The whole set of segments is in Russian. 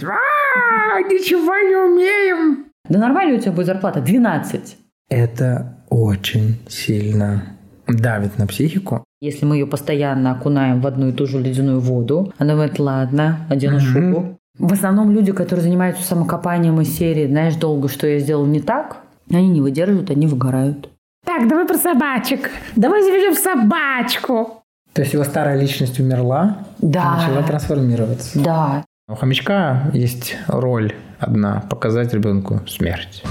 Ничего не умеем. Да нормально у тебя будет зарплата 12. Это очень сильно давит на психику. Если мы ее постоянно окунаем в одну и ту же ледяную воду, она говорит, ладно, одену шубу. В основном люди, которые занимаются самокопанием из серии, знаешь, долго, что я сделал не так, они не выдерживают, они выгорают. Так, давай про собачек. Давай заведем собачку. То есть его старая личность умерла, Да. и начала трансформироваться. Да. У хомячка есть роль одна – показать ребенку смерть.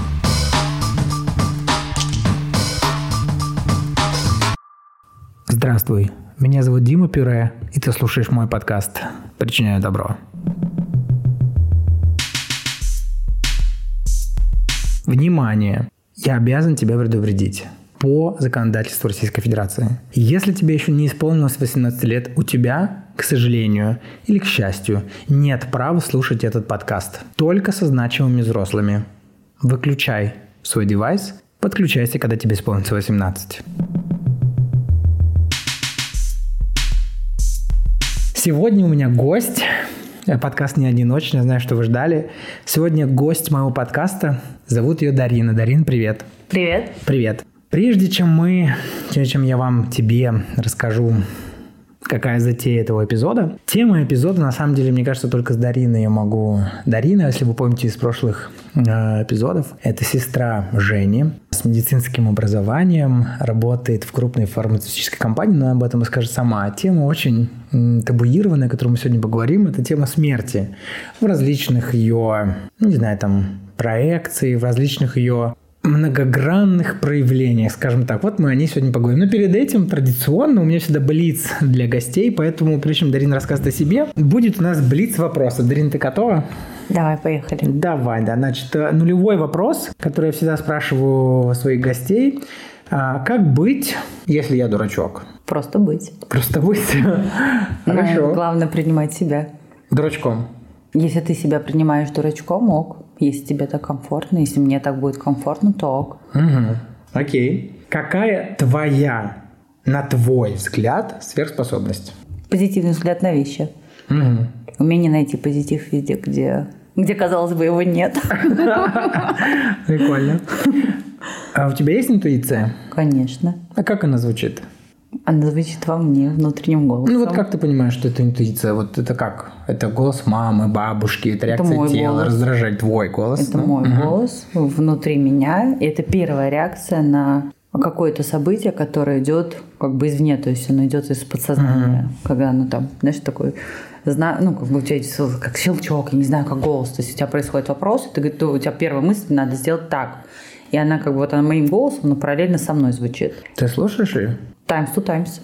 Здравствуй, меня зовут Дима Пюре, и ты слушаешь мой подкаст «Причиняю добро». Внимание! Я обязан тебя предупредить. По законодательству Российской Федерации. Если тебе еще не исполнилось 18 лет, у тебя, к сожалению или к счастью, нет права слушать этот подкаст. Только со значимыми взрослыми. Выключай свой девайс, подключайся, когда тебе исполнится 18. Сегодня у меня гость. Подкаст не одиночный, я знаю, что вы ждали. Сегодня гость моего подкаста. Зовут ее Дарина. Дарин, привет. Привет. Привет. Прежде чем я тебе расскажу, какая затея этого эпизода, тема эпизода, на самом деле, мне кажется, только с Дариной я могу... Дарина, если вы помните из прошлых эпизодов, это сестра Жени с медицинским образованием, работает в крупной фармацевтической компании, но об этом расскажет сама. Тема очень табуированная, о которой мы сегодня поговорим, это тема смерти. В различных ее, проекциях, в различных ее многогранных проявлениях, скажем так. Вот мы о ней сегодня поговорим. Но перед этим традиционно у меня всегда блиц для гостей, поэтому прежде чем Дарина рассказывает о себе, будет у нас блиц вопросов. Дарина, ты готова? Давай, поехали. Давай, да. Значит, нулевой вопрос, который я всегда спрашиваю своих гостей. Как быть, если я дурачок? Просто быть. Просто быть? Хорошо. Главное принимать себя. Дурачком? Если ты себя принимаешь дурачком, ок. Если тебе так комфортно, если мне так будет комфортно, то ок. Окей. Какая твоя, на твой взгляд, сверхспособность? Позитивный взгляд на вещи. Умение найти позитив везде, где, казалось бы, его нет. Прикольно. А у тебя есть интуиция? Конечно. А как она звучит? Она звучит во мне, внутренним голосом. Ну вот как ты понимаешь, что это интуиция? Вот это как? Это голос мамы, бабушки, это реакция тела, раздражать твой голос? Это мой голос внутри меня. И это первая реакция на какое-то событие, которое идет как бы извне, то есть оно идет из подсознания. Когда оно там, знаешь, такой... у тебя как щелчок, я не знаю, как голос. То есть у тебя происходит вопрос, и ты говоришь, у тебя первая мысль, надо сделать так. И она она моим голосом, но параллельно со мной звучит. Ты слушаешь ее? Times to times.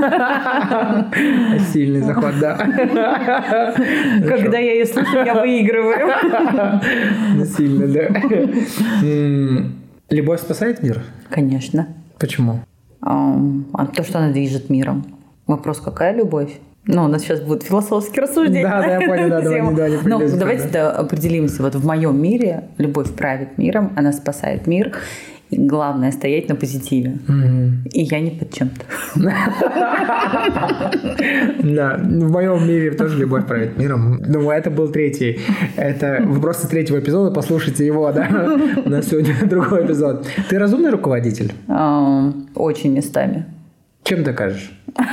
Сильный заход, да. Когда я ее слышу, я выигрываю. Сильно, да. Любовь спасает мир? Конечно. Почему? То, что она движет миром. Вопрос, какая любовь? У нас сейчас будут философские рассуждения. Да, я понял, да. Давайте определимся. Вот в моем мире любовь правит миром, она спасает мир. И главное стоять на позитиве. И я не под чем-то. Да, в моем мире тоже любовь правит миром. Думаю, это был третий. Это вы просто с третьего эпизода послушайте его, да. У нас сегодня другой эпизод. Ты разумный руководитель? Очень местами. Чем докажешь?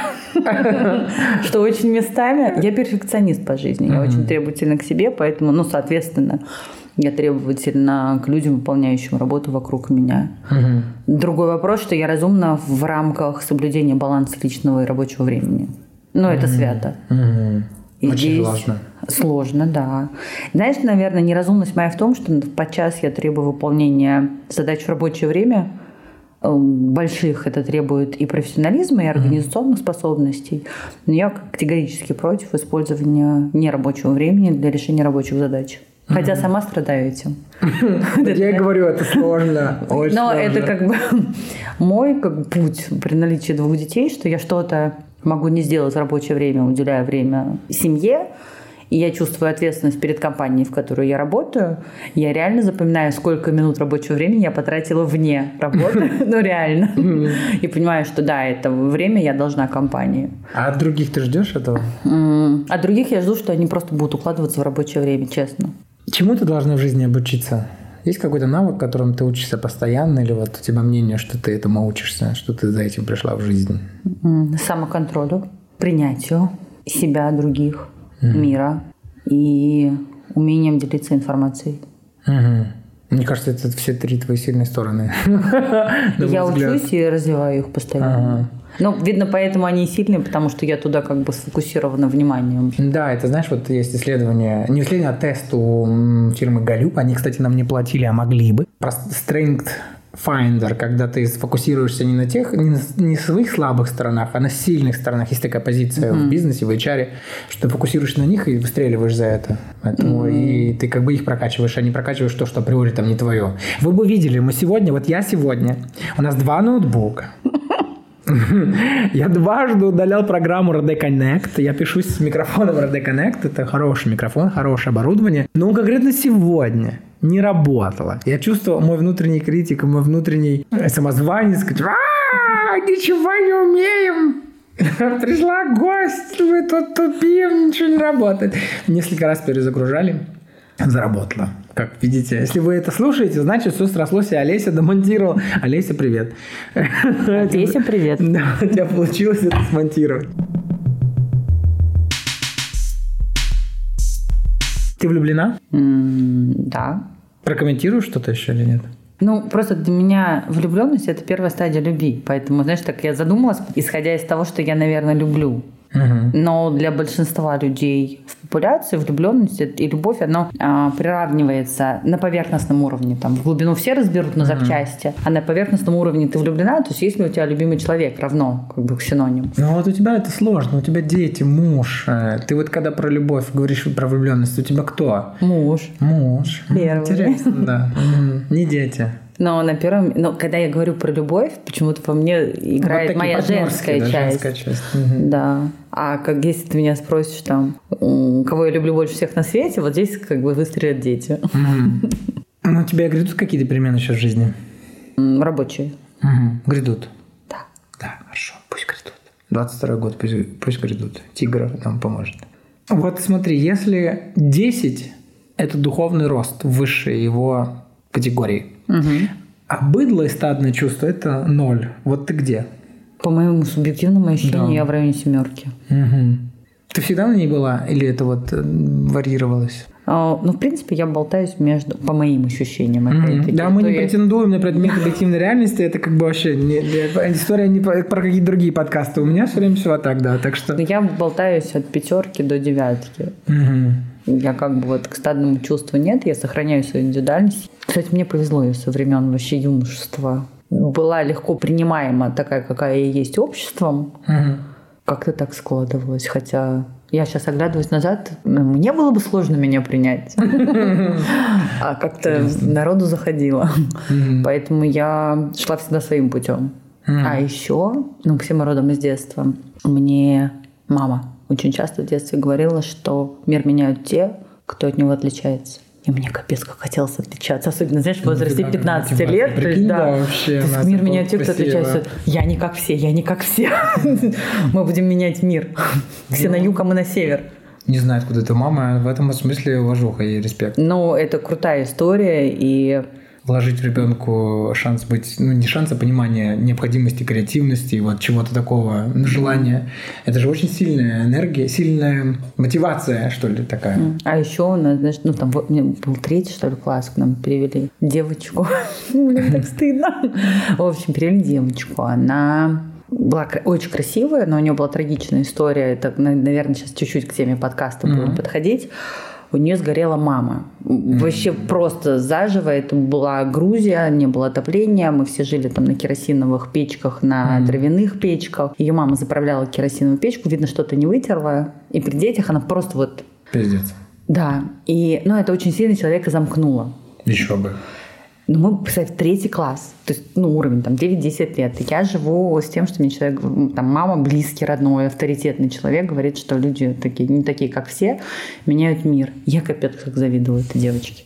Что очень местами? Я перфекционист по жизни. Я очень требовательна к себе, поэтому, соответственно, я требовательна к людям, выполняющим работу вокруг меня. Другой вопрос, что я разумна в рамках соблюдения баланса личного и рабочего времени. Это свято. Очень сложно. Сложно, да. Знаешь, наверное, неразумность моя в том, что подчас я требую выполнения задач в рабочее время, больших, это требует и профессионализма, и организационных способностей. Но я категорически против использования нерабочего времени для решения рабочих задач. Хотя сама страдаю этим. Я говорю, это сложно. Но это как бы мой путь при наличии 2 детей, что я что-то могу не сделать в рабочее время, уделяя время семье. и я чувствую ответственность перед компанией, в которой я работаю, я реально запоминаю, сколько минут рабочего времени я потратила вне работы, ну реально. И понимаю, что да, это время я должна компании. А от других ты ждешь этого? От других я жду, что они просто будут укладываться в рабочее время, честно. Чему ты должна в жизни обучиться? Есть какой-то навык, которым ты учишься постоянно, или вот у тебя мнение, что ты этому учишься, что ты за этим пришла в жизнь? Самоконтролю, принятию себя, других, мира и умением делиться информацией. Мне кажется, это все 3 твои сильные стороны. Я учусь и развиваю их постоянно. Ну, видно, поэтому они и сильные, потому что я туда как бы сфокусирована вниманием. Да, это, знаешь, вот есть исследование, не исследование, а тест у фирмы Gallup. Они, кстати, нам не платили, а могли бы. Про Strength Finder, когда ты сфокусируешься не на тех, не своих слабых сторонах, а на сильных сторонах. Есть такая позиция в бизнесе, в HR, что ты фокусируешься на них и выстреливаешь за это. Поэтому и ты как бы их прокачиваешь, а не прокачиваешь то, что априори там не твое. Вы бы видели, мы сегодня, вот я сегодня, у нас 2 ноутбука. Я дважды удалял программу RD Connect. Я пишусь с микрофоном RD Connect. Это хороший микрофон, хорошее оборудование. Но конкретно сегодня не работало. Я чувствовал мой внутренний критик, мой внутренний самозванец. Ничего не умеем. Пришла гость, мы тут тупим, ничего не работает. Несколько раз перезагружали. Заработало. Как видите, если вы это слушаете, значит, все срослось, и Олеся домонтировала. Олеся, привет. Олеся, привет. Да, у тебя получилось это смонтировать. Ты влюблена? Да. Прокомментируешь что-то еще или нет? Ну, просто для меня влюбленность – это первая стадия любви. Поэтому, знаешь, так я задумалась, исходя из того, что я, наверное, люблю. Но для большинства людей в популяции влюбленность и любовь, оно приравнивается на поверхностном уровне. Там, в глубину все разберут на запчасти, а на поверхностном уровне ты влюблена, то есть есть ли у тебя любимый человек, равно как бы синоним. Ну вот у тебя это сложно, у тебя дети, муж. Ты вот когда про любовь говоришь, про влюбленность, у тебя кто? Муж. Первый. Интересно, да. Не дети. Но на первом, когда я говорю про любовь, почему-то по мне играет вот моя женская часть. Да. А как если ты меня спросишь там, кого я люблю больше всех на свете, вот здесь как бы выстрелят дети. Ну, у тебя грядут какие-то перемены сейчас в жизни? Рабочие. Грядут? Да. Да, хорошо, пусть грядут. 22 год, пусть грядут. Тигр нам поможет. Вот смотри, если 10 – это духовный рост в высшей его категории, а быдло и стадное чувство – это 0. Вот ты где? По моему субъективному ощущению, я в районе 7. Ты всегда на ней была? Или это вот варьировалось? Ну, в принципе, я болтаюсь между, по моим ощущениям. Да, мы не претендуем на предмет объективной реальности. Это как бы вообще история не про какие-то другие подкасты. У меня все время все так, да. Так что... Я болтаюсь от 5 до 9. Я как бы вот к стадному чувству нет, я сохраняю свою индивидуальность. Кстати, мне повезло, я со времен вообще юношества была легко принимаема такая, какая я есть обществом. Как-то так складывалось. Хотя я сейчас оглядываюсь назад, мне было бы сложно меня принять. А как-то народу заходило. Поэтому я шла всегда своим путем. А еще, все мы родом из детства, мне мама очень часто в детстве говорила, что мир меняют те, кто от него отличается. И мне капец как хотелось отличаться. Особенно, знаешь, в возрасте 15 лет. То есть, да, вообще, то есть мир меняет те, кто отличается. Я не как все. Мы будем менять мир. Все на юг, а мы на север. Не знаю, откуда это мама. В этом смысле уважуха и респект. Ну, это крутая история. И вложить в ребенку шанс быть, не шанс, а понимание необходимости креативности, вот чего-то такого, желания. Это же очень сильная энергия, сильная мотивация, что ли, такая. А еще у нас, знаешь, там был 3-й, что ли, класс, к нам перевели девочку. Мне так стыдно. В общем, перевели девочку. Она была очень красивая, но у нее была трагичная история. Это, наверное, сейчас чуть-чуть к теме подкаста будем подходить. У нее сгорела мама. Вообще просто заживо. Это была Грузия, не было отопления. Мы все жили там на керосиновых печках, на дровяных печках. Ее мама заправляла керосиновую печку. Видно, что-то не вытерла. И при детях она просто вот... Пиздец. Да. И, это очень сильно человека замкнуло. Еще бы. Но мы, представь, 3 класс, то есть, уровень там 9-10 лет. Я живу с тем, что мне человек, там, мама, близкий, родной, авторитетный человек говорит, что люди такие, не такие, как все, меняют мир. Я капец как завидовала этой девочке.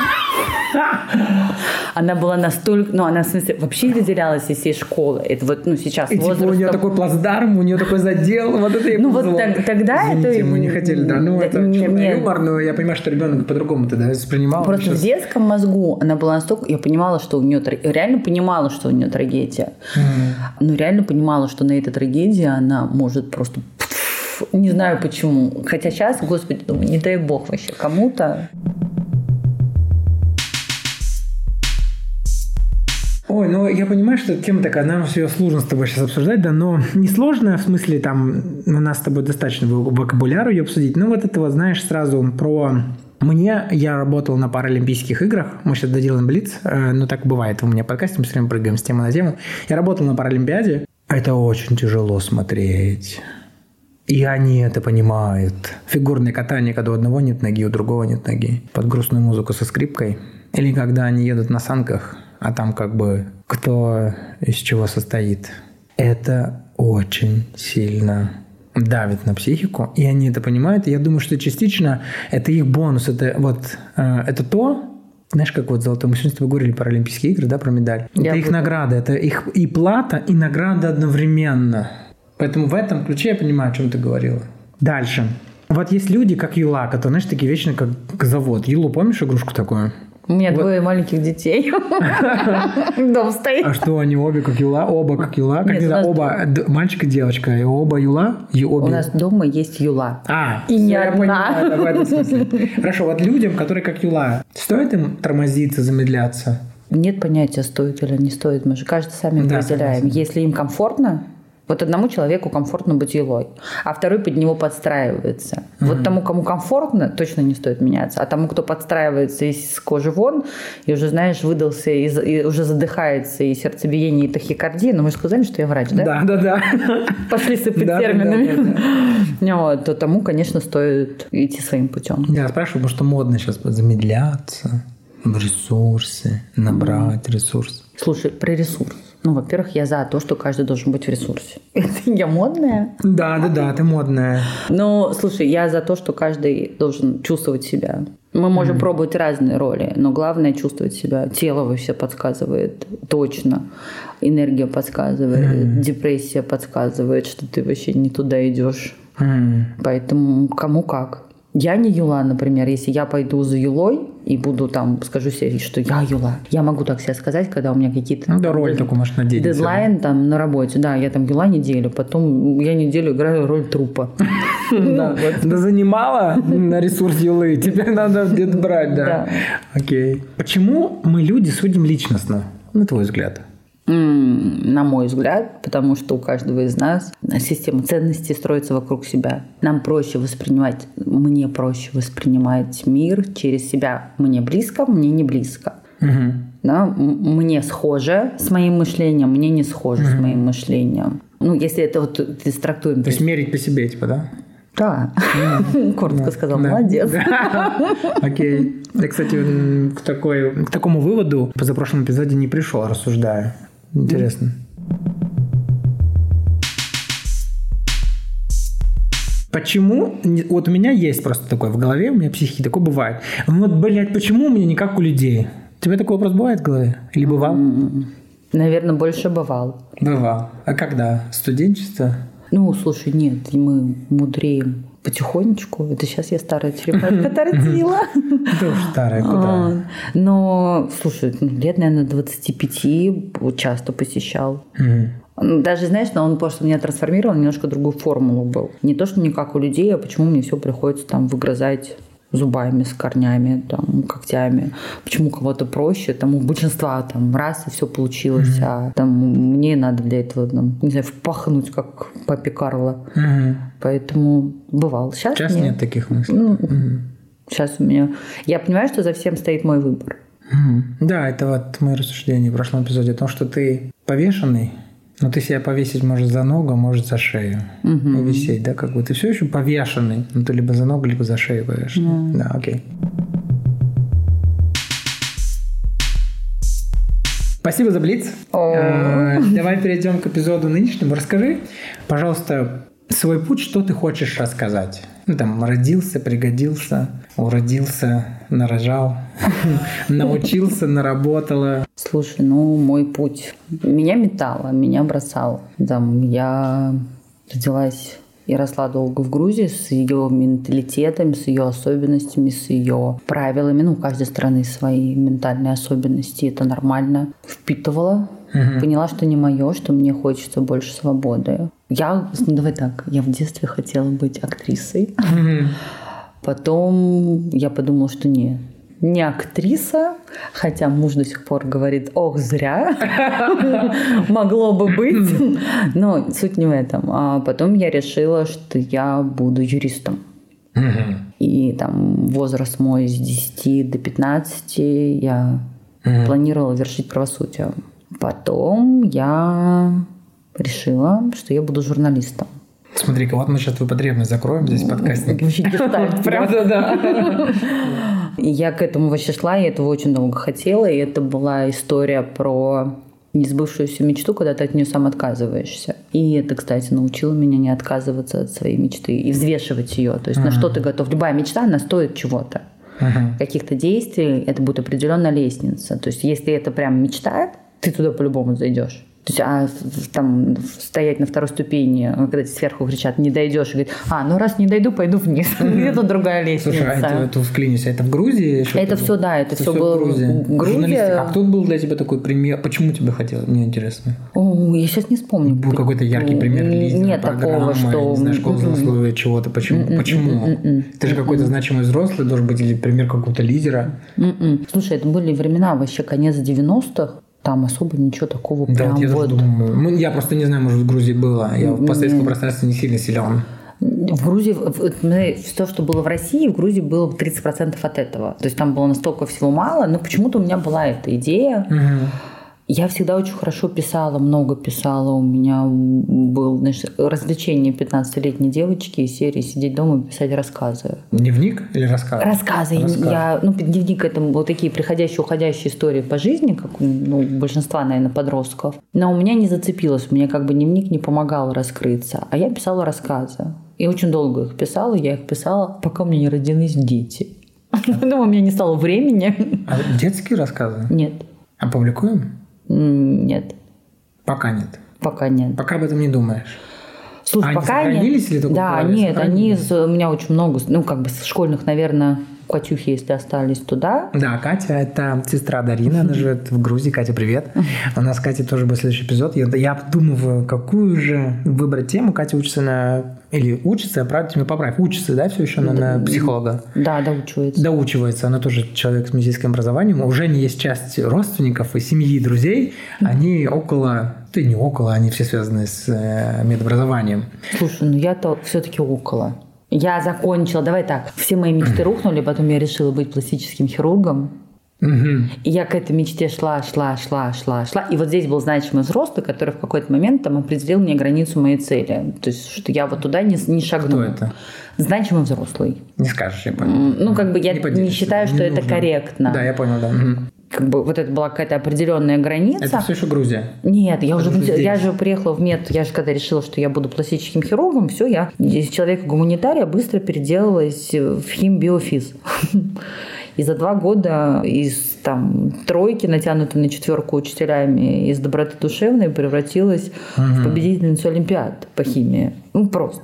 Она была настолько... она, в смысле, вообще выделялась из всей школы. Это вот, сейчас и возраст... типа у нее такой плацдарм, у нее такой задел. Вот это ей повезло. Тогда извините, это... мы не хотели, да. Это черный юмор, но я понимаю, что ребенок по-другому тогда воспринимал. Просто в детском мозгу она была настолько... Я понимала, что у нее... Реально понимала, что у нее трагедия. Но реально понимала, что на этой трагедии она может просто... Не знаю почему. Хотя сейчас, господи, думаю, не дай бог вообще кому-то... Ой, я понимаю, что тема такая, нам все сложно с тобой сейчас обсуждать, да, но не сложно, в смысле, там, у нас с тобой достаточно вокабуляра ее обсудить, вот это вот, знаешь, сразу про... Я работал на Паралимпийских играх, мы сейчас доделаем блиц, так бывает у меня в подкасте, мы все время прыгаем с темы на тему. Я работал на Паралимпиаде, это очень тяжело смотреть. И они это понимают. Фигурное катание, когда у одного нет ноги, у другого нет ноги. Под грустную музыку со скрипкой. Или когда они едут на санках, а там кто из чего состоит. Это очень сильно давит на психику, и они это понимают. И я думаю, что частично это их бонус. Это то, знаешь, как золотой. Мы сегодня с тобой говорили про Олимпийские игры, да, про медаль. Это их награда, это их и плата, и награда одновременно. Поэтому в этом ключе я понимаю, о чем ты говорила. Дальше. Вот есть люди, как Юла, которые, знаешь, такие вечно как завод. Юлу, помнишь игрушку такую? У меня 2 маленьких детей. Дом стоит. А что, они обе как Юла? Оба как Юла? Оба мальчик и девочка. И оба Юла? У нас дома есть Юла. И не одна. Это в этом смысле. Хорошо, вот людям, которые как Юла, стоит им тормозиться, замедляться? Нет понятия, стоит или не стоит. Мы же каждый сами определяем. Если им комфортно, вот одному человеку комфортно быть Юлой, а второй под него подстраивается. Вот тому, кому комфортно, точно не стоит меняться. А тому, кто подстраивается из кожи вон, и уже, знаешь, выдался, и уже задыхается, и сердцебиение, и тахикардия. Но мы же сказали, что я врач, да? Да. Пошли сыпать терминами. То тому, конечно, стоит идти своим путем. Я спрашиваю, потому что модно сейчас замедляться в ресурсе, набрать ресурс. Слушай, про ресурс. Во-первых, я за то, что каждый должен быть в ресурсе. Я модная? Да, ты модная. Слушай, я за то, что каждый должен чувствовать себя. Мы можем пробовать разные роли, но главное чувствовать себя. Тело вообще подсказывает точно. Энергия подсказывает, депрессия подсказывает, что ты вообще не туда идешь. Поэтому кому как. Я не Юла, например. Если я пойду за Юлой и буду скажу себе, что я Юла. Я могу так себе сказать, когда у меня какие-то... роль такую, может, надеть. Дедлайн на работе. Да, я Юла неделю, потом я неделю играю роль трупа. Да, занимала на ресурс Юлы, теперь надо где-то брать, да. Окей. Почему мы люди судим личностно, на твой взгляд? На мой взгляд, потому что у каждого из нас система ценностей строится вокруг себя. Мне проще воспринимать мир через себя. Мне близко, мне не близко. Да? Мне схоже с моим мышлением, мне не схоже с моим мышлением. Если это трактуем. То есть мерить по себе, да? Да. Коротко сказал, молодец. Окей. Я, кстати, к такому выводу в позапрошлом эпизоде не пришел, рассуждаю. Интересно. Почему? Вот у меня есть просто такое в голове, у меня психики такое бывает. Почему у меня не как у людей? У тебя такой вопрос бывает в голове? Или бывал? Наверное, больше бывал. Бывал. А когда? Студенчество? Слушай, нет, мы мудреем потихонечку. Это сейчас я старая черепашка Тортила. Да уж старая, куда? Но, слушай, лет, наверное, 25 часто посещал. Даже, знаешь, он просто меня трансформировал, немножко другую формулу был. Не то, что не как у людей, а почему мне все приходится выгрызать зубами, с корнями, когтями. Почему у кого-то проще, у большинства раз и все получилось, а мне надо для этого, не знаю, впахнуть, как папе Карло. Поэтому бывал. Сейчас нет таких мыслей. Сейчас у меня... Я понимаю, что за всем стоит мой выбор. Да, это мои рассуждения в прошлом эпизоде о том, что ты повешенный, но ты себя повесить можешь за ногу, может за шею. Висеть, да, ты все еще повешенный, но ты либо за ногу, либо за шею повешенный. Да, окей. Спасибо за блиц. Давай перейдем к эпизоду нынешнему. Расскажи, пожалуйста, свой путь, что ты хочешь рассказать. Ну, там, родился, пригодился, уродился, нарожал, научился, наработала. Слушай, мой путь. Меня метало, меня бросало. Там, я родилась и росла долго в Грузии с ее менталитетом, с ее особенностями, с ее правилами. У каждой страны свои ментальные особенности. Это нормально. Впитывала. Поняла, что не мое, что мне хочется больше свободы. Давай так, я в детстве хотела быть актрисой. Потом я подумала, что не актриса, хотя муж до сих пор говорит, ох, зря, могло бы быть, но суть не в этом. А потом я решила, что я буду юристом. И там возраст мой с 10 до 15 я планировала вершить правосудие. Потом я решила, что я буду журналистом. Смотри-ка, вот мы сейчас твою потребность закроем здесь в подкасте. Правда? Я к этому вообще шла, я этого очень долго хотела, и это была история про несбывшуюся мечту, когда ты от нее сам отказываешься. И это, кстати, научило меня не отказываться от своей мечты и взвешивать ее. То есть на что ты готов. Любая мечта, она стоит чего-то. Каких-то действий, это будет определенная лестница. То есть если это прям мечта, ты туда по-любому зайдешь. То есть, там стоять на второй ступени, когда тебе сверху кричат, не дойдешь, и говорит, раз не дойду, пойду вниз. Это другая лестница. Слушай, это вклинись, это в Грузии? Это все, да, это все было в Грузии. А кто был для тебя такой пример? Почему тебе хотелось? Мне интересно. Я сейчас не вспомню. Был какой-то яркий пример лидера, нет такого, что... не знаю, школа взрослого чего-то. Почему? Ты же какой-то значимый взрослый должен быть, или пример какого-то лидера. Слушай, это были времена вообще конец 90-х. Там особо ничего такого прям я тоже думаю. Я просто не знаю, может, в Грузии было. Я в постсоветском пространстве не сильно силен. В Грузии, все, что было в России, в Грузии было 30% от этого. То есть там было настолько всего мало, но почему-то у меня была эта идея. Я всегда очень хорошо писала, много писала. У меня было, развлечение 15-летней девочки из серии «Сидеть дома и писать рассказы». Дневник или рассказы? Рассказы. Дневник – это вот такие приходящие, уходящие истории по жизни, как у большинства, наверное, подростков. Но у меня не зацепилось, у меня дневник не помогал раскрыться. А я писала рассказы. И очень долго их писала. Я их писала, пока у меня не родились дети. Думаю, у меня не стало времени. А детские рассказы? Нет. Опубликуем? Нет. Пока нет? Пока нет. Пока об этом не думаешь? Слушай, они пока сохранились нет. Или только да, нет, у меня очень много, с школьных, наверное, Катюхи, если остались туда. Да, Катя – это сестра Дарины, она живет в Грузии. Катя, привет. У нас с Катей тоже будет следующий эпизод. Я обдумываю, какую же выбрать тему. Катя учится учится, да, все еще на психолога? Да, доучивается. Доучивается. Она тоже человек с медицинским образованием. У Жени есть часть родственников и семьи, и друзей. Они они все связаны с медобразованием. Слушай, я-то все-таки около. Я закончила, давай так, все мои мечты рухнули, потом я решила быть пластическим хирургом. И я к этой мечте шла. И вот здесь был значимый взрослый, который в какой-то момент определил мне границу моей цели. То есть, что я вот туда не шагнула. Кто это? Значимый взрослый. Не скажешь, я понял. Я не считаю, что это корректно. Да, я понял, да. Вот это была какая-то определенная граница. Это все еще Грузия? Нет, я же приехала в мед. Я же когда решила, что я буду пластическим хирургом, все, я из человека-гуманитария быстро переделалась в химбиофиз. И за 2 года из тройки, натянутой на 4 учителями, из доброты душевной превратилась в победительницу Олимпиад по химии. Просто.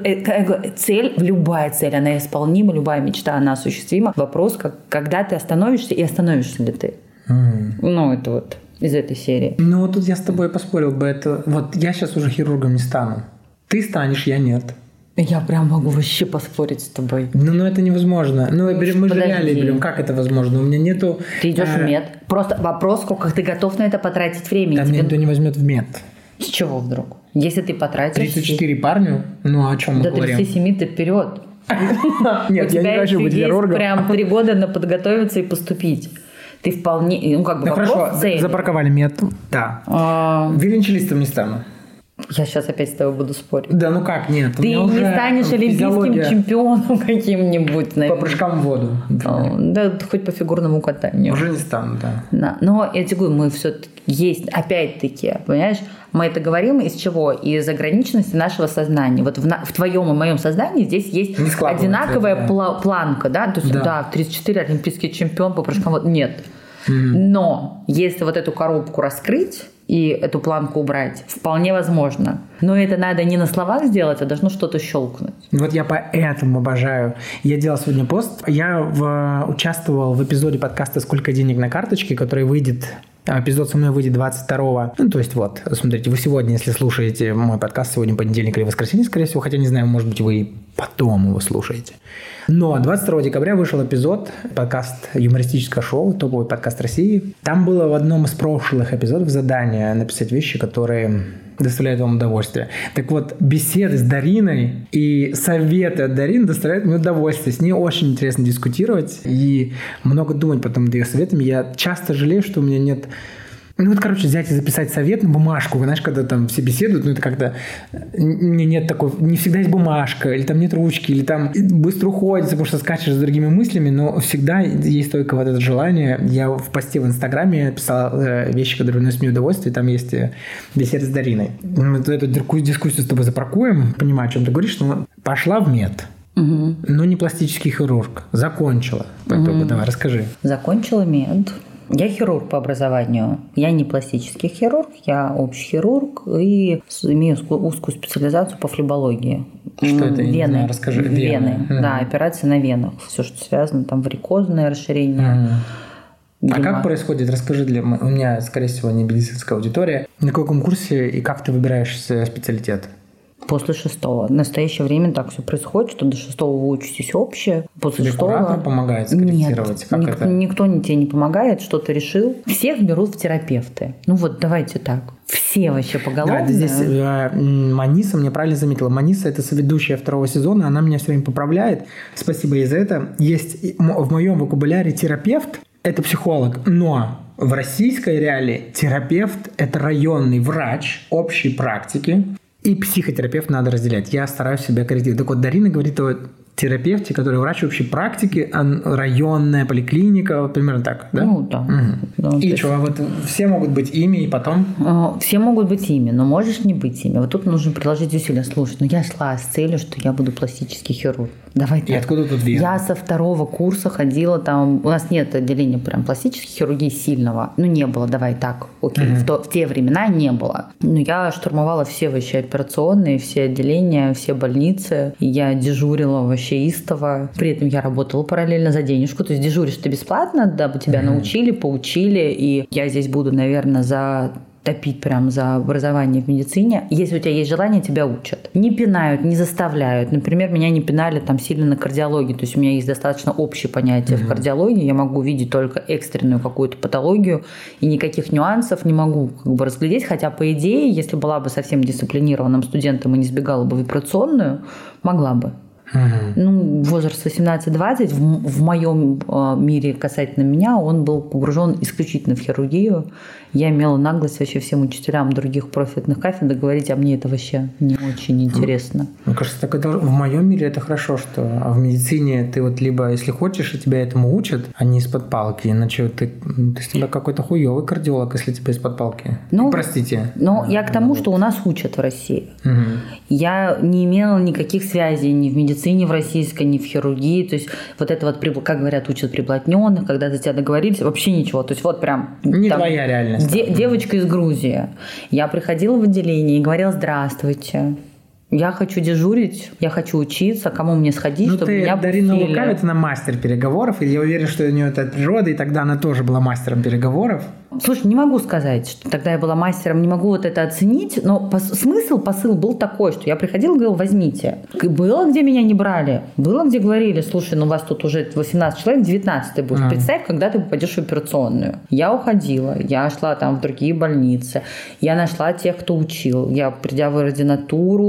Любая цель, она исполнима, любая мечта, она осуществима. Вопрос, когда ты остановишься и остановишься ли ты. Это вот из этой серии. Тут я с тобой поспорил бы. Я сейчас уже хирургом не стану. Ты станешь, я нет. Я прям могу вообще поспорить с тобой. Это невозможно. Мы же реально берем. Как это возможно? У меня нету... Ты идешь в мед. Просто вопрос, сколько ты готов на это потратить времени. Да меня никто не возьмет в мед. С чего вдруг? Если ты потратишь... 34 парню? О чем мы говорим? До 37 ты вперед. Нет, я не хочу быть хирургом. Прям 3 года на подготовиться и поступить. Ты вполне... хорошо, запарковали мед. Да. Виолончелистом не стану. Я сейчас опять с тобой буду спорить. Да ну как, нет. Ты не станешь олимпийским чемпионом каким-нибудь. По прыжкам в воду. Да, хоть по фигурному катанию. Уже не стану, да. Но я тебе говорю, мы все-таки есть, опять-таки, понимаешь, мы это говорим из чего? Из ограниченности нашего сознания. Вот в твоем и моем сознании здесь есть одинаковая планка, да? То есть, да, 34 олимпийский чемпион по прыжкам в воду. Нет. Но если вот эту коробку раскрыть и эту планку убрать, вполне возможно. Но это надо не на словах сделать, а должно что-то щелкнуть. Вот я поэтому обожаю. Я делал сегодня пост. Я участвовал в эпизоде подкаста «Сколько денег на карточке», который выйдет... Эпизод со мной выйдет 22-го. Ну, то есть вот, смотрите, вы сегодня, если слушаете мой подкаст, сегодня понедельник или воскресенье, скорее всего, хотя не знаю, может быть, вы потом его слушаете. Но 22 декабря вышел эпизод, подкаст юмористического шоу, топовый подкаст России. Там было в одном из прошлых эпизодов задание написать вещи, которые доставляют вам удовольствие. Так вот, беседы с Дариной и советы от Дарины доставляют мне удовольствие. С ней очень интересно дискутировать и много думать потом над ее советами. Я часто жалею, что у меня нет... Ну вот, короче, взять и записать совет на бумажку. Вы знаешь, когда там все беседуют, ну это как-то... Мне нет такой... Не всегда есть бумажка, или там нет ручки, или там быстро уходится, потому что скачешь с другими мыслями, но всегда есть только вот это желание. Я в посте в Инстаграме писал вещи, которые приносят мне удовольствие, там есть беседа с Дариной. Мы эту дискуссию с тобой запаркуем, понимаю, о чем ты говоришь, но пошла в мед. Но не пластический хирург. Закончила. Поэтому давай, расскажи. Закончила мед. Я хирург по образованию. Я не пластический хирург, я общий хирург и имею узкую специализацию по флебологии. Что это? Вены. Расскажи. Вены. Да, операции на венах. Все, что связано, там варикозное расширение. А как происходит? Расскажи, у меня, скорее всего, не медицинская аудитория. На каком курсе и как ты выбираешь специалитет? После 6-го. В настоящее время так все происходит, что до 6-го вы учитесь общее. После 6-го... Куратор помогает скорректировать? Нет, никто тебе не помогает, что ты решил. Всех берут в терапевты. Ну вот, давайте так. Все вообще поголовно. Да, здесь Маниса меня правильно заметила. Маниса – это соведущая 2-го сезона, она меня все время поправляет. Спасибо ей за это. Есть в моем вокабуляре терапевт – это психолог, но в российской реалии терапевт – это районный врач общей практики. И психотерапевт надо разделять. Я стараюсь себя корректировать. Так вот, Дарина говорит о терапевте, который врач общей практики, районная поликлиника, вот примерно так, да? Ну, да. Ну, и что, вот все могут быть ими, и потом? Все могут быть ими, но можешь не быть ими. Вот тут нужно приложить усилия. Слушай, я шла с целью, что я буду пластический хирург. Давай так. И откуда тут вера? Я со 2-го курса ходила там... У нас нет отделения прям пластической хирургии сильного. Не было, давай так. Окей, в те времена не было. Но я штурмовала все вообще операционные, все отделения, все больницы. И я дежурила вообще истово. При этом я работала параллельно за денежку. То есть дежуришь ты бесплатно, дабы тебя научили, поучили. И я здесь буду, наверное, топить прям за образование в медицине. Если у тебя есть желание, тебя учат. Не пинают, не заставляют. Например, меня не пинали там сильно на кардиологии. То есть у меня есть достаточно общее понятие в кардиологии. Я могу видеть только экстренную какую-то патологию и никаких нюансов не могу разглядеть. Хотя, по идее, если была бы совсем дисциплинированным студентом и не сбегала бы в операционную, могла бы. Возраст 18-20 в моем мире касательно меня, он был погружен исключительно в хирургию. Я имела наглость вообще всем учителям других профильных кафедр говорить, а мне это вообще не очень интересно. Мне кажется, так это в моем мире это хорошо, что в медицине ты вот либо, если хочешь, и тебя этому учат, а не из-под палки, иначе ты из тебя какой-то хуёвый кардиолог, если тебя из-под палки. Простите. Но я к тому, что у нас учат в России. Я не имела никаких связей ни в медицине в российской, ни в хирургии. То есть вот это вот, как говорят, учат приблотненных, когда за тебя договорились, вообще ничего. То есть вот прям... Не там, твоя реальность. Девочка из Грузии. Я приходила в отделение и говорила: здравствуйте, я хочу дежурить, я хочу учиться, кому мне сходить, чтобы меня пустили. Дарина лукавит, она мастер переговоров, и я уверен, что у нее это от природы, и тогда она тоже была мастером переговоров. Слушай, не могу сказать, что тогда я была мастером, не могу вот это оценить, но посыл был такой, что я приходила и говорила: возьмите. Было, где меня не брали, было, где говорили: слушай, у вас тут уже 18 человек, 19 ты будешь, представь, когда ты попадешь в операционную. Я уходила, я шла там в другие больницы, я нашла тех, кто учил. Я, придя в ординатуру,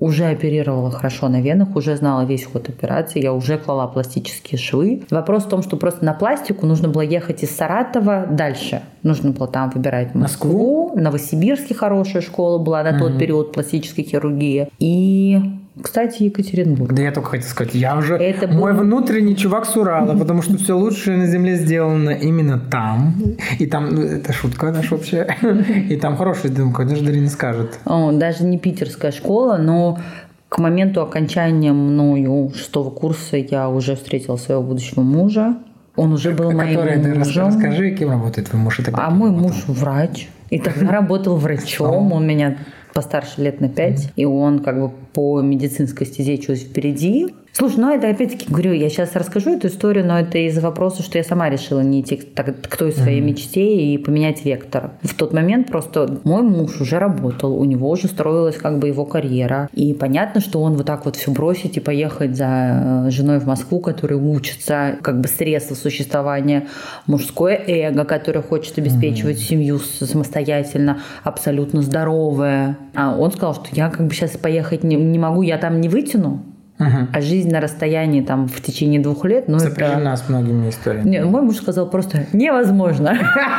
уже оперировала хорошо на венах, уже знала весь ход операции, я уже клала пластические швы. Вопрос в том, что просто на пластику нужно было ехать из Саратова дальше. Нужно было там выбирать Москву. В Новосибирске хорошая школа была на тот период пластической хирургии. И, кстати, Екатеринбург. Да я только хотел сказать, я уже мой внутренний чувак с Урала, потому что все лучшее на земле сделано именно там. И там, это шутка наша вообще. И там хорошая, думаю, конечно, Дарина скажет. Даже не питерская школа, но к моменту окончания мною 6-го курса я уже встретила своего будущего мужа. Он уже был моим мужем. Расскажи, кем работает твой муж? Мой муж врач. И тогда работал врачом. Он меня постарше лет на 5. И он как бы по медицинской стезе чуть впереди. Слушай, это опять-таки, говорю, я сейчас расскажу эту историю, но это из-за вопроса, что я сама решила не идти к той своей мечте и поменять вектор. В тот момент просто мой муж уже работал, у него уже строилась как бы его карьера. И понятно, что он вот так вот все бросить и поехать за женой в Москву, которая учится, как бы средства существования, мужское эго, которое хочет обеспечивать семью самостоятельно, абсолютно здоровое. А он сказал, что я как бы сейчас поехать не могу, я там не вытяну. А жизнь на расстоянии там в течение 2 лет, сопряжена с многими историями. Нет, мой муж сказал просто невозможно.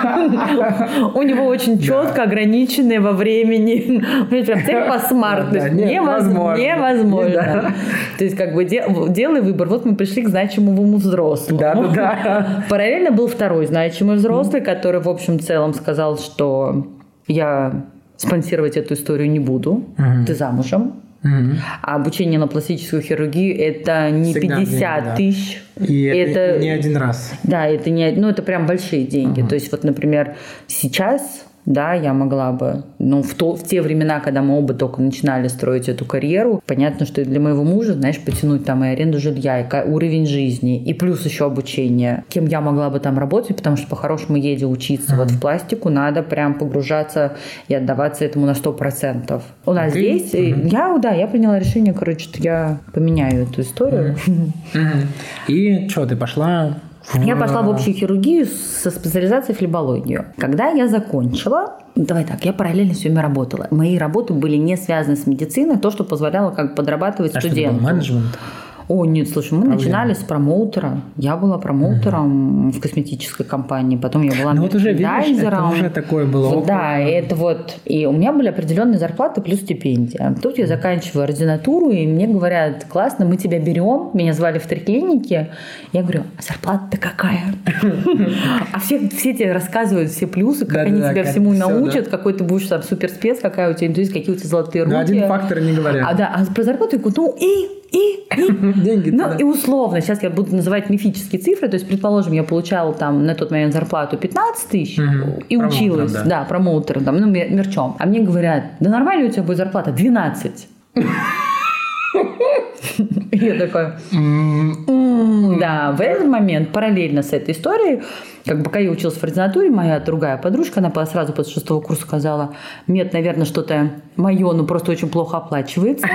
У него очень четко ограниченные во времени. Цель по смартности. Невозможно. То есть как бы делай выбор. Вот мы пришли к значимому взрослому. Параллельно был второй значимый взрослый, который в общем целом сказал, что я спонсировать эту историю не буду. Ты замужем. А обучение на пластическую хирургию это не всегда 50 тысяч. И это не один раз. Да, это не, это прям большие деньги. То есть вот, например, сейчас, да, я могла бы, в те времена, когда мы оба только начинали строить эту карьеру, понятно, что и для моего мужа, знаешь, потянуть там и аренду жилья, и уровень жизни, и плюс еще обучение. Кем я могла бы там работать, потому что по-хорошему едя учиться вот в пластику, надо прям погружаться и отдаваться этому на 100%. У нас здесь, я приняла решение, что я поменяю эту историю. И что, ты пошла... Я пошла в общую хирургию со специализацией флебологию. Когда я закончила, я параллельно все время работала. Мои работы были не связаны с медициной, то, что позволяло как подрабатывать студенту. Что, это был менеджмент? Нет, слушай, мы начинали с промоутера. Я была промоутером в косметической компании, потом я была мерчендайзером. Это уже такое было. Да, это вот. И у меня были определенные зарплаты плюс стипендия. Тут я заканчиваю ординатуру, и мне говорят, классно, мы тебя берем. Меня звали в 3 клиники. Я говорю, а зарплата-то какая? А все тебе рассказывают все плюсы, как они тебя всему научат, какой ты будешь там суперспец, какая у тебя интуиция, какие у тебя золотые руки. Один фактор не говорят. А про зарплату я говорю, деньги. И условно, сейчас я буду называть мифические цифры, то есть, предположим, я получала там на тот момент зарплату 15 тысяч и училась, промоутером, мерчом. А мне говорят, да нормально у тебя будет зарплата 12. И я такая, в этот момент параллельно с этой историей, пока я училась в ординатуре, моя другая подружка, она сразу после 6-го курса сказала, мед, наверное, что-то мое, просто очень плохо оплачивается.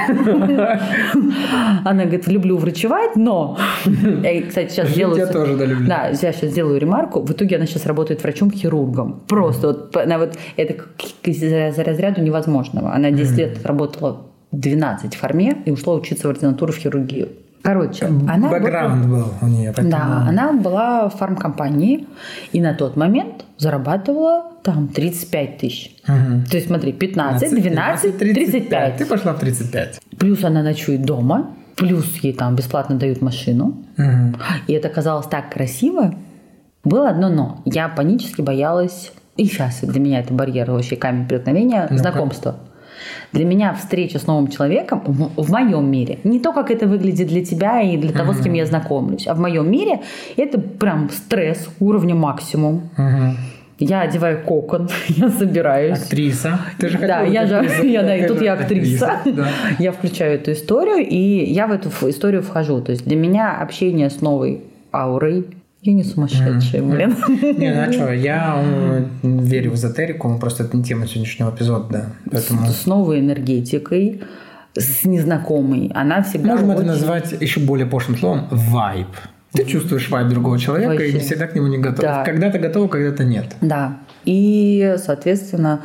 Она говорит, люблю врачевать, но... Я, кстати, сейчас делаю... Я тоже люблю. Да, я сейчас делаю ремарку. В итоге она сейчас работает врачом-хирургом. Просто она это за разряду невозможного. Она 10 лет работала 12 в фарме и ушла учиться в ординатуру в хирургию. Она бэкграунд был у нее. Да, она была в фармкомпании и на тот момент зарабатывала там 35 тысяч. То есть смотри, 15, 12, 35. Ты пошла в 35. Плюс она ночует дома, плюс ей там бесплатно дают машину. И это казалось так красиво. Было одно но. Я панически боялась, и сейчас для меня это барьер, вообще камень преткновения, знакомства. Для меня встреча с новым человеком в моем мире, не то, как это выглядит для тебя и для того, с кем я знакомлюсь, а в моем мире это прям стресс уровня максимум. Я одеваю кокон, я собираюсь. Актриса. Ты же хотела и тут я актриса. Я включаю эту историю, и я в эту историю вхожу. То есть для меня общение с новой аурой. Я не сумасшедшая, блин. Я верю в эзотерику, просто это не тема сегодняшнего эпизода, да. С новой энергетикой, с незнакомой. Она всегда можем это назвать еще более пошлым словом вайб. Ты чувствуешь вайб другого человека и не всегда к нему не готов. Да. Когда-то готова, когда-то нет. Да. И, соответственно,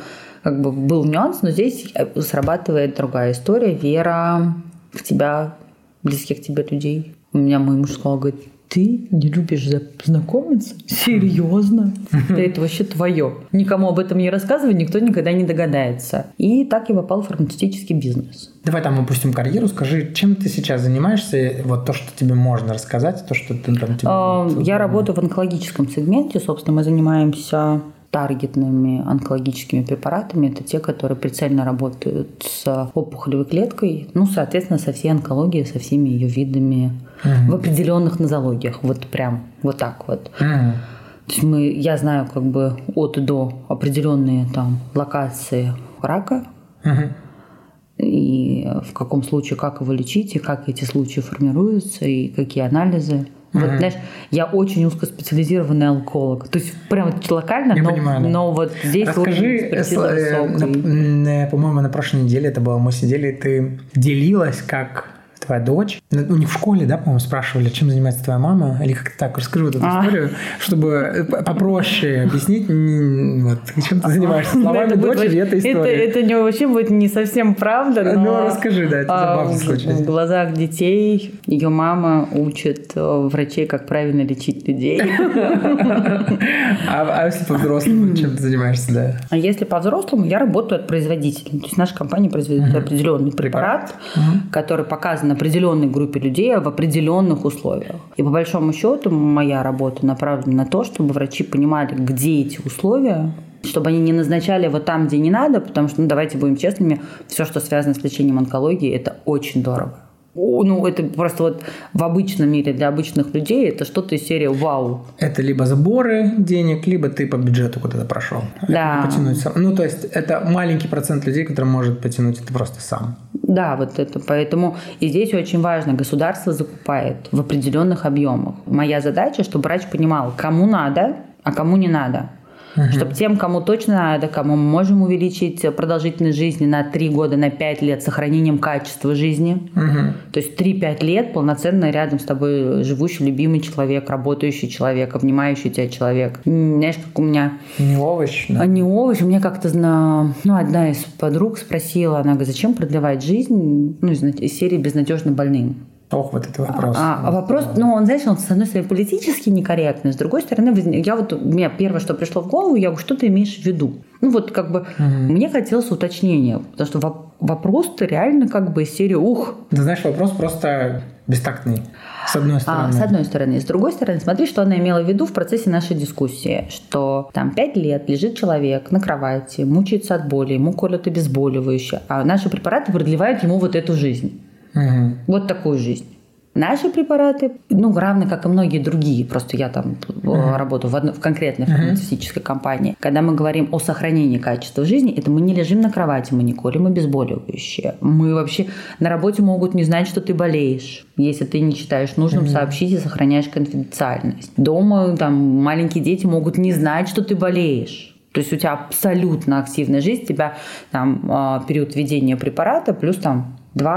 как бы был нюанс, но здесь срабатывает другая история. Вера в тебя, близких тебе людей. У меня мой муж сказал, говорит, ты не любишь знакомиться? Серьезно? Это вообще твое. Никому об этом не рассказывай, никто никогда не догадается. И так я попал в фармацевтический бизнес. Давай там опустим карьеру. Скажи, чем ты сейчас занимаешься? Вот то, что тебе можно рассказать, то, что ты там... Я работаю в онкологическом сегменте. Собственно, мы занимаемся таргетными онкологическими препаратами. Это те, которые прицельно работают с опухолевой клеткой. Ну, соответственно, со всей онкологией, со всеми ее видами в определенных нозологиях. Вот прям вот так вот. То есть я знаю как бы от и до определенные там локации рака. И в каком случае, как его лечить, и как эти случаи формируются, и какие анализы. Вот, знаешь, я очень узкоспециализированный онколог. То есть прям локально, но вот здесь... Расскажи, по-моему, на прошлой неделе это было, мы сидели, ты делилась, как твоя дочь. У них в школе, да, по-моему, спрашивали, чем занимается твоя мама, или как-то так. Расскажи вот эту историю, чтобы попроще объяснить, вот, чем ты занимаешься. Словами дочери, это история. Это вообще будет не совсем правда, но... Ну, расскажи, да, это забавно случай. В глазах детей ее мама учит врачей, как правильно лечить людей. А если по-взрослому, чем ты занимаешься, да? А если по-взрослому, я работаю от производителя. То есть наша компания производит определенный препарат, который показан определенной группе людей в определенных условиях. И по большому счету моя работа направлена на то, чтобы врачи понимали, где эти условия, чтобы они не назначали вот там, где не надо, потому что, ну, давайте будем честными, все, что связано с лечением онкологии, это очень дорого. Ну, это просто вот в обычном мире для обычных людей это что-то из серии «Вау». Это либо сборы денег, либо ты по бюджету куда-то прошел. Да. Ну, то есть это маленький процент людей, который может потянуть это просто сам. Да, вот это. Поэтому и здесь очень важно, государство закупает в определенных объемах. Моя задача, чтобы врач понимал, кому надо, а кому не надо. Чтобы тем, кому точно надо, кому мы можем увеличить продолжительность жизни на 3 года, на 5 лет сохранением качества жизни. То есть 3-5 лет полноценно рядом с тобой живущий, любимый человек, работающий человек, обнимающий тебя человек. Знаешь, как у меня... Не овощ, да? Не овощ. У меня как-то одна из подруг спросила, она говорит, зачем продлевать жизнь, ну, из серии «Безнадежно больным». Ох, вот это вопрос. Вопрос, он, знаешь, он, с одной стороны, политически некорректный, с другой стороны, у меня первое, что пришло в голову, я говорю, что ты имеешь в виду? Ну, вот как бы мне хотелось уточнения, потому что вопрос-то реально как бы из серии «ух». Ты знаешь, вопрос просто бестактный, с одной стороны. С одной стороны. С другой стороны, смотри, что она имела в виду в процессе нашей дискуссии, что там 5 лет лежит человек на кровати, мучается от боли, ему колют обезболивающее, а наши препараты продлевают ему вот эту жизнь. Вот такую жизнь. Наши препараты, равно как и многие другие, просто я там работаю в конкретной фармацевтической компании. Когда мы говорим о сохранении качества жизни, это мы не лежим на кровати, мы не колем обезболивающее. Мы вообще на работе могут не знать, что ты болеешь, если ты не считаешь нужным сообщить и сохраняешь конфиденциальность. Дома там маленькие дети могут не знать, что ты болеешь. То есть у тебя абсолютно активная жизнь, у тебя там период введения препарата плюс там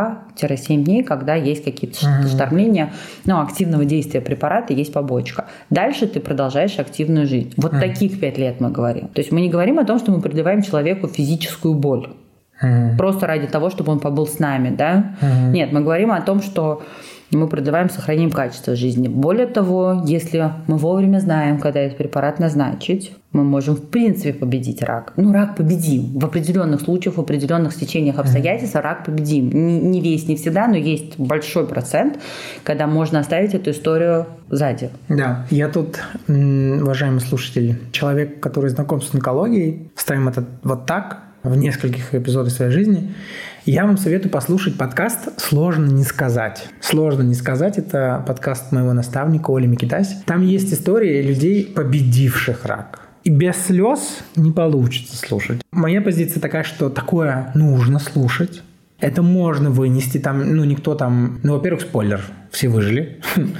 2-7 дней, когда есть какие-то штормления, активного действия препарата, есть побочка. Дальше ты продолжаешь активную жизнь. Вот таких 5 лет мы говорим. То есть мы не говорим о том, что мы продлеваем человеку физическую боль. Просто ради того, чтобы он побыл с нами, да? Нет, мы говорим о том, что мы продлеваем, сохраним качество жизни. Более того, если мы вовремя знаем, когда этот препарат назначить, мы можем в принципе победить рак. Рак победим. В определенных случаях, в определенных стечениях обстоятельств рак победим. Не весь, не всегда, но есть большой процент, когда можно оставить эту историю сзади. Да, я тут, уважаемый слушатель, человек, который знаком с онкологией, ставим это вот так, в нескольких эпизодах своей жизни, я вам советую послушать подкаст «Сложно не сказать». «Сложно не сказать» — это подкаст моего наставника Оли Микитась. Там есть истории людей, победивших рак. И без слез не получится слушать. Моя позиция такая, что такое нужно слушать. Это можно вынести. Там, никто там... во-первых, спойлер. Все выжили.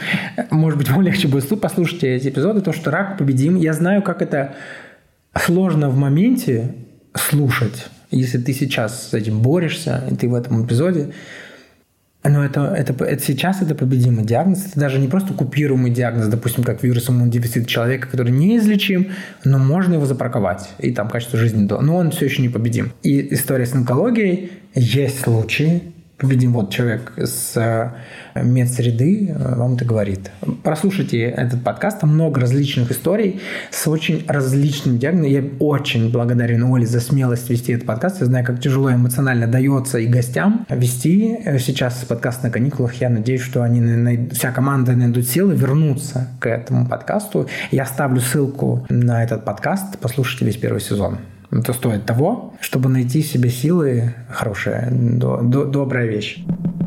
Может быть, вам легче будет послушать эти эпизоды. То, что рак победим. Я знаю, как это сложно в моменте слушать. Если ты сейчас с этим борешься, и ты в этом эпизоде, Но это сейчас это победимый диагноз. Это даже не просто купируемый диагноз, допустим, как вирус иммунодефицита человека, который неизлечим, но можно его запарковать. И там качество жизни, но он все еще не победим. И история с онкологией. Есть случаи, победим. Вот человек с медсреды вам это говорит. Прослушайте этот подкаст. Там много различных историй с очень различными диагнозами. Я очень благодарен Оле за смелость вести этот подкаст. Я знаю, как тяжело эмоционально дается и гостям вести. Сейчас подкаст на каникулах. Я надеюсь, что вся команда найдут силы вернуться к этому подкасту. Я оставлю ссылку на этот подкаст. Послушайте весь первый сезон. Это стоит того, чтобы найти в себе силы. Хорошая, добрая вещь.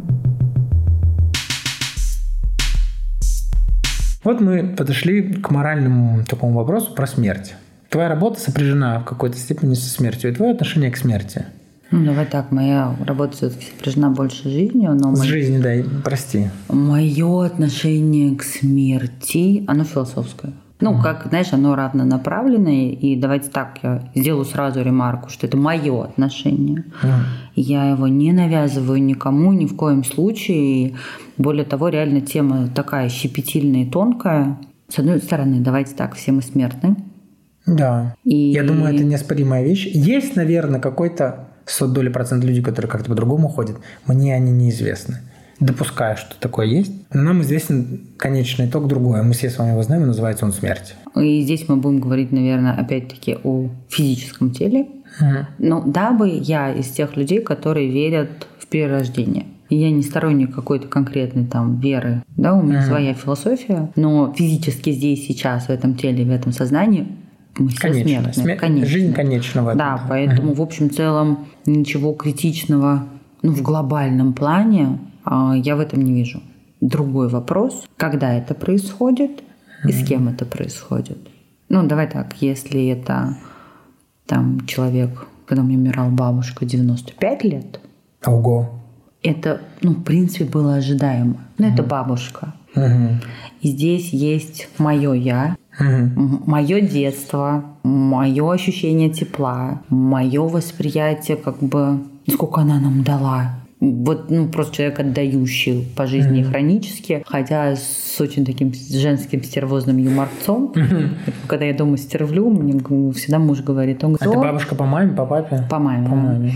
Вот мы подошли к моральному такому вопросу про смерть. Твоя работа сопряжена в какой-то степени со смертью. И твое отношение к смерти? Давай так, моя работа все-таки сопряжена больше с жизнью. Но с жизнью, да, прости. Мое отношение к смерти, оно философское. Как, знаешь, оно равнонаправленное. И давайте так, я сделаю сразу ремарку, что это мое отношение. Я его не навязываю никому, ни в коем случае. Более того, реально тема такая щепетильная и тонкая. С одной стороны, давайте так, все мы смертны. Да. Я думаю, это неоспоримая вещь. Есть, наверное, какой-то 100% людей, которые как-то по-другому ходят. Мне они неизвестны. Допускаю, что такое есть. Но нам известен конечный итог другой. Мы все с вами его знаем, и называется он смерть. И здесь мы будем говорить, наверное, опять-таки о физическом теле. Дабы я из тех людей, которые верят в перерождение. И я не сторонник какой-то конкретной там веры. Да, у меня своя философия. Но физически здесь, сейчас, в этом теле, в этом сознании мы все смертны. Конечно. Жизнь конечна в этом. Да, поэтому, в общем целом, ничего критичного в глобальном плане я в этом не вижу. Другой вопрос, когда это происходит и с кем это происходит. Давай так, если это там человек, когда у меня умирала бабушка, 95 лет. Ого. Это, в принципе, было ожидаемо. Это бабушка. И здесь есть мое я, мое детство, мое ощущение тепла, мое восприятие, сколько она нам дала. Просто человек, отдающий по жизни хронически, хотя с очень таким женским стервозным юморцом. Когда я дома стервлю, мне всегда муж говорит, он говорит: это бабушка по маме, по папе? По маме. По маме.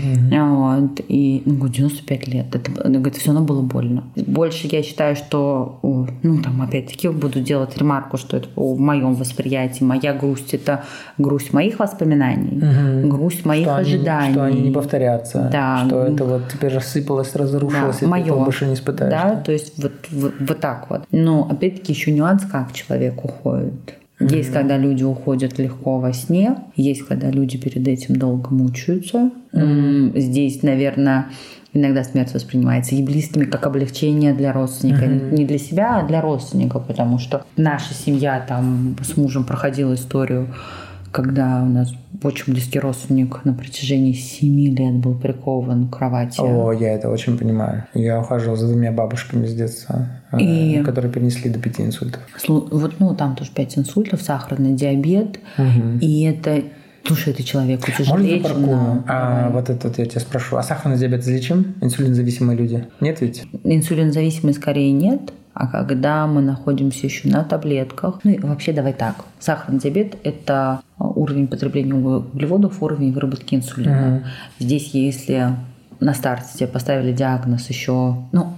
И 95 лет. Это все равно было больно. Больше я считаю, что, опять-таки, буду делать ремарку, что это в моем восприятии. Моя грусть — это грусть моих воспоминаний, грусть моих ожиданий. Что они не повторятся. Да. Что это теперь рассыпалось, разрушилось, и ты этого больше не испытаешь. Да, то есть вот так вот. Но опять-таки еще нюанс, как человек уходит. Есть, когда люди уходят легко во сне, есть, когда люди перед этим долго мучаются. Здесь, наверное, иногда смерть воспринимается и близкими как облегчение для родственника. Не для себя, а для родственника, потому что наша семья там с мужем проходила историю, когда у нас очень близкий родственник на протяжении 7 лет был прикован к кровати. О, я это очень понимаю. Я ухаживал за 2 бабушками с детства, которые перенесли до 5 инсультов. Там тоже 5 инсультов, сахарный диабет. И это... Слушай, это человеку тяжело. Можно запаркую? Я тебя спрошу. А сахарный диабет излечим? Инсулинозависимые люди? Нет ведь? Инсулинозависимые скорее нет. А когда мы находимся еще на таблетках... и вообще давай так. Сахарный диабет – это уровень потребления углеводов, уровень выработки инсулина. Здесь, если на старте тебе поставили диагноз еще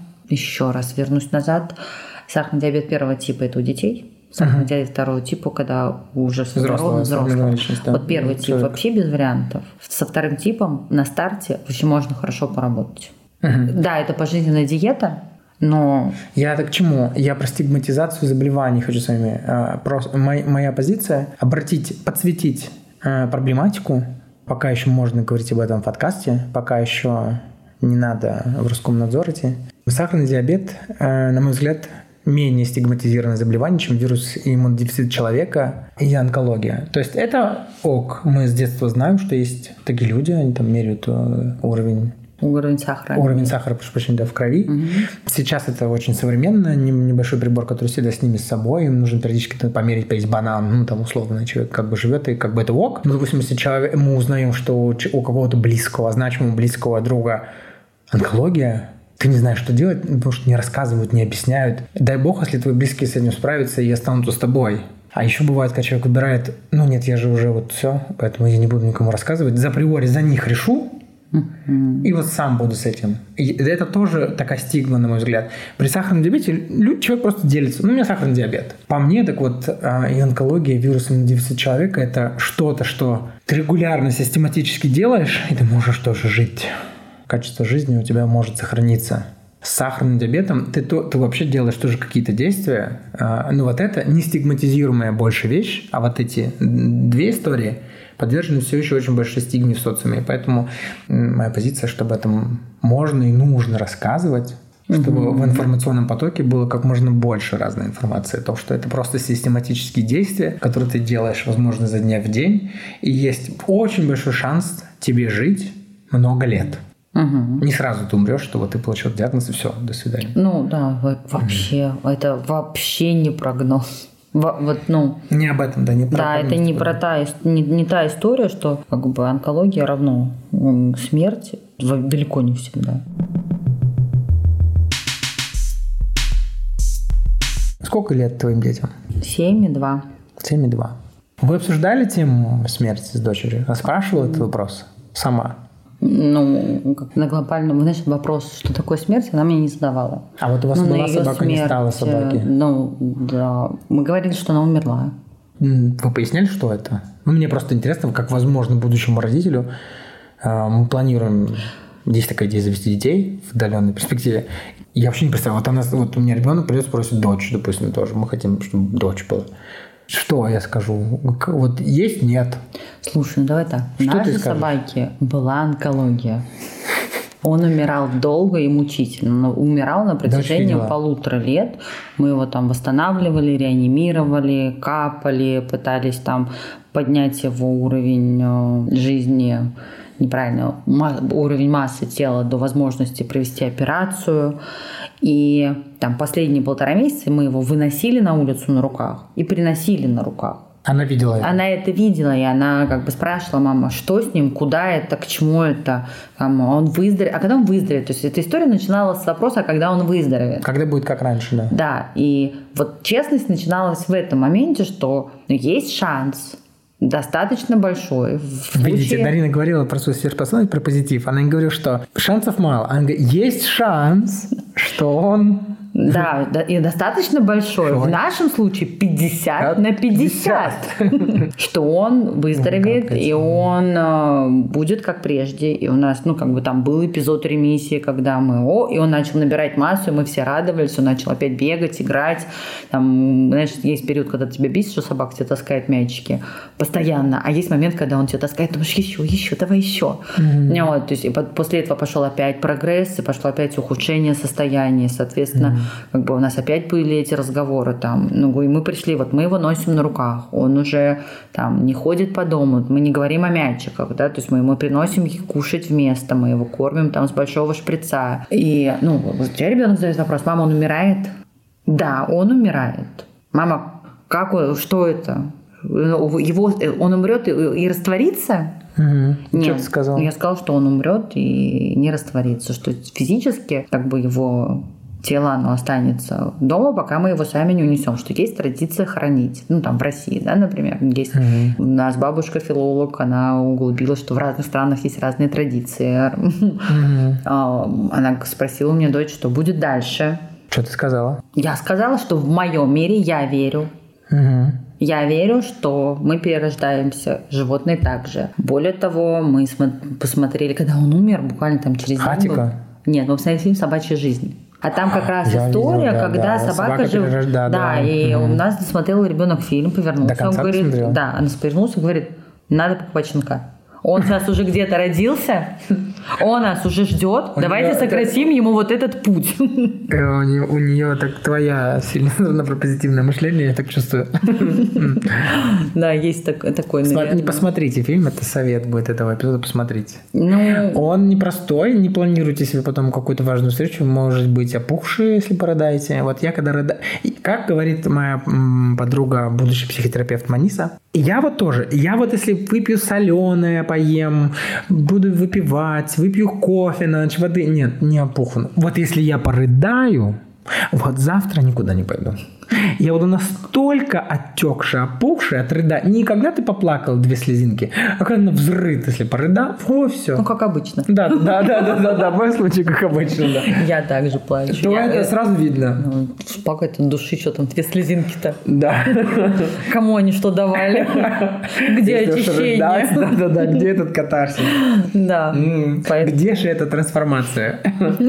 раз вернусь назад, сахарный диабет первого типа – это у детей. Сахарный диабет второго типа, когда уже взрослого. Да. Первый тип вообще без вариантов. Со вторым типом на старте вообще можно хорошо поработать. Да, это пожизненная диета, но... Я к чему? Я про стигматизацию заболеваний хочу с вами. Моя позиция – подсветить проблематику. Пока еще можно говорить об этом в подкасте, пока еще не надо в Роскомнадзор идти. Сахарный диабет, на мой взгляд, менее стигматизированное заболевание, чем вирус иммунодефицита человека и онкология. То есть это ок. Мы с детства знаем, что есть такие люди, они там меряют уровень сахара. Уровень сахара, прошу прощения, в крови. Сейчас это очень современно. Небольшой прибор, который всегда с ними с собой. Им нужно периодически померить, поесть банан. Условно, человек живет, и это ок. Допустим, если мы узнаем, что у какого-то близкого, значимого близкого друга онкология, ты не знаешь, что делать, потому что не рассказывают, не объясняют. Дай бог, если твои близкие с этим справятся и останутся с тобой. А еще бывает, когда человек выбирает, нет, я же уже вот все, поэтому я не буду никому рассказывать. За априори за них решу, и вот сам буду с этим. И это тоже такая стигма, на мой взгляд. При сахарном диабете человек просто делится. У меня сахарный диабет. По мне, так вот, и онкология, вирусом дефицит человека – это что-то, что ты регулярно, систематически делаешь, и ты можешь тоже жить. Качество жизни у тебя может сохраниться. С сахарным диабетом ты вообще делаешь тоже какие-то действия. Но вот это не стигматизируемая больше вещь, а вот эти две истории подвержены все еще очень большой стигме в социуме. И поэтому моя позиция, что об этом можно и нужно рассказывать, чтобы в информационном потоке было как можно больше разной информации. То, что это просто систематические действия, которые ты делаешь, возможно, изо дня в день. И есть очень большой шанс тебе жить много лет. Не сразу ты умрешь, что вот ты получил диагноз и все, до свидания. Вообще, это вообще не прогноз. Не об этом, не про. Да, это не та история, что как бы онкология равно смерть, далеко не всегда. Сколько лет твоим детям? 7,2. 7,2. Вы обсуждали тему смерти с дочерью? Она спрашивала этот вопрос сама? Как на глобальном, вопрос, что такое смерть, она мне не задавала. А вот у вас была собака, не стала собаки? Да. Мы говорили, что она умерла. Вы поясняли, что это? Мне просто интересно, как возможно будущему родителю. Мы планируем, есть такая идея завести детей в отдаленной перспективе. Я вообще не представляю. Вот у меня ребенок придет, спросит дочь, допустим, тоже. Мы хотим, чтобы дочь была. Что я скажу? Вот есть, нет. Слушай, давай так. У нашей собаки была онкология. Он умирал долго и мучительно. Умирал на протяжении 1,5 лет. Мы его там восстанавливали, реанимировали, капали, пытались там поднять его уровень жизни, неправильно, уровень массы тела до возможности провести операцию. И там последние 1,5 месяца мы его выносили на улицу на руках и приносили на руках. Она видела это? Она это видела, и она как бы спрашивала: мама, что с ним, куда это, к чему это, он выздоровеет. А когда он выздоровеет? То есть эта история начиналась с вопроса, когда он выздоровеет. Когда будет как раньше, да. Да, и вот честность начиналась в этом моменте, что есть шанс, достаточно большой. Видите, Дарина говорила про свою сверхспособность, про позитив. Она не говорила, что шансов мало. Она говорит, есть шанс, что он... Да, и достаточно большой. В нашем случае 50 на 50. Что он выздоровеет, и он будет как прежде. И у нас, там был эпизод ремиссии, когда и он начал набирать массу, и мы все радовались, он начал опять бегать, играть. Там, знаешь, есть период, когда тебя бесит, что собака тебе таскает мячики постоянно, а есть момент, когда он тебя таскает, думаешь, еще, давай еще. То есть, и после этого пошел опять прогресс, и пошло опять ухудшение состояния, соответственно, у нас опять были эти разговоры там, и мы пришли, мы его носим на руках, он уже там не ходит по дому, мы не говорим о мячиках, да, то есть мы ему приносим кушать вместо, мы его кормим там с большого шприца. И, у тебя ребенок задает вопрос: мама, он умирает? Да, он умирает. Мама, что это? Он умрет и растворится? Нет, что ты сказала? Я сказала, что он умрет и не растворится, что физически его тело, оно останется дома, пока мы его сами не унесем, что есть традиция хоронить. В России, да, например, есть. У нас бабушка-филолог, она углубилась, что в разных странах есть разные традиции. Она спросила у меня дочь, что будет дальше. Что ты сказала? Я сказала, что в моем мире я верю. Я верю, что мы перерождаемся, животные также. Более того, мы посмотрели, когда он умер, буквально там через день. Хатико? Нет, мы посмотрели фильм «Собачья жизнь». А там как раз история, видел, когда собака живет. Да, и у нас досмотрел ребенок фильм, повернулся. До конца он говорит, смотрел? Да, она повернулся и говорит: надо покупать щенка. Он сейчас уже где-то родился, он нас уже ждет. Давайте сократим ему вот этот путь. У нее так твоя сильно пропозитивное мышление, я так чувствую. Да, есть такой, наверное. Посмотрите фильм, это совет будет этого эпизода, посмотрите. Он непростой, не планируйте себе потом какую-то важную встречу, может быть опухшие, если порыдаете. Вот я когда рыдаю... Как говорит моя подруга, будущий психотерапевт Маниса, Я вот тоже. Я вот если выпью соленое, поем, буду выпивать, выпью кофе на ночь, воды. Нет, не опухну. Вот если я порыдаю, вот завтра никуда не пойду. Я буду настолько отекший, опухший от рыда. Не когда ты поплакал 2 слезинки, а когда взрыв, если порыдал, все. Ну, как обычно. Да, в моем случае, как обычно, да. Я также плачу. То это сразу видно. Ну, плакать от души, что там, 2 слезинки-то. Да. Кому они что давали? Где очищение? Да, где этот катарсис? Да. Где же эта трансформация?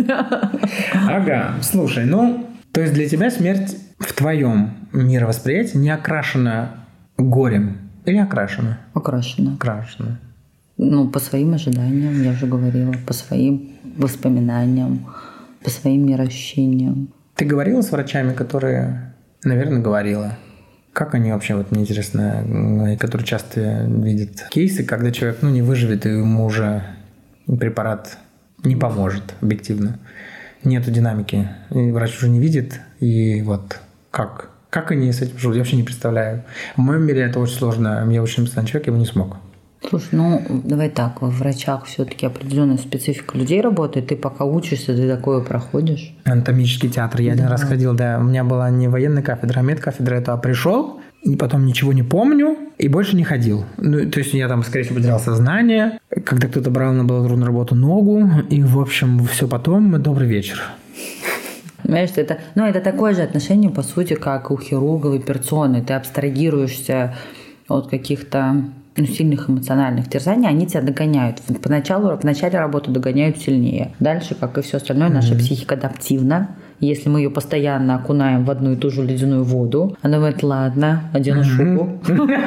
Ага, слушай, то есть для тебя смерть в твоем мировосприятии не окрашена горем или окрашена? Окрашена. Окрашена. Ну, по своим ожиданиям, я уже говорила, по своим воспоминаниям, по своим мироощущениям. Ты говорила с врачами, которые, наверное, говорила? Как они вообще, вот мне интересно, которые часто видят кейсы, когда человек, не выживет, и ему уже препарат не поможет объективно? Нету динамики. И врач уже не видит. И вот как они с этим живут, я вообще не представляю. В моем мире это очень сложно. Я очень эмоциональный человек, я бы не смог. Слушай, давай так, во врачах все-таки определенная специфика людей работает. Ты пока учишься, ты такое проходишь. Анатомический театр. Я один раз ходил, да. У меня была не военная кафедра, а медкафедра. Я туда пришел, и потом ничего не помню, и больше не ходил. То есть я там, скорее всего, потерял сознание, когда кто-то брал на трудную работу ногу, и, в общем, все потом. Добрый вечер. Понимаешь, это такое же отношение, по сути, как у хирурга в операционной. Ты абстрагируешься от каких-то сильных эмоциональных терзаний, они тебя догоняют. В начале работы догоняют сильнее. Дальше, как и все остальное, наша психика адаптивна. Если мы ее постоянно окунаем в одну и ту же ледяную воду, она говорит, ладно, одену шубу.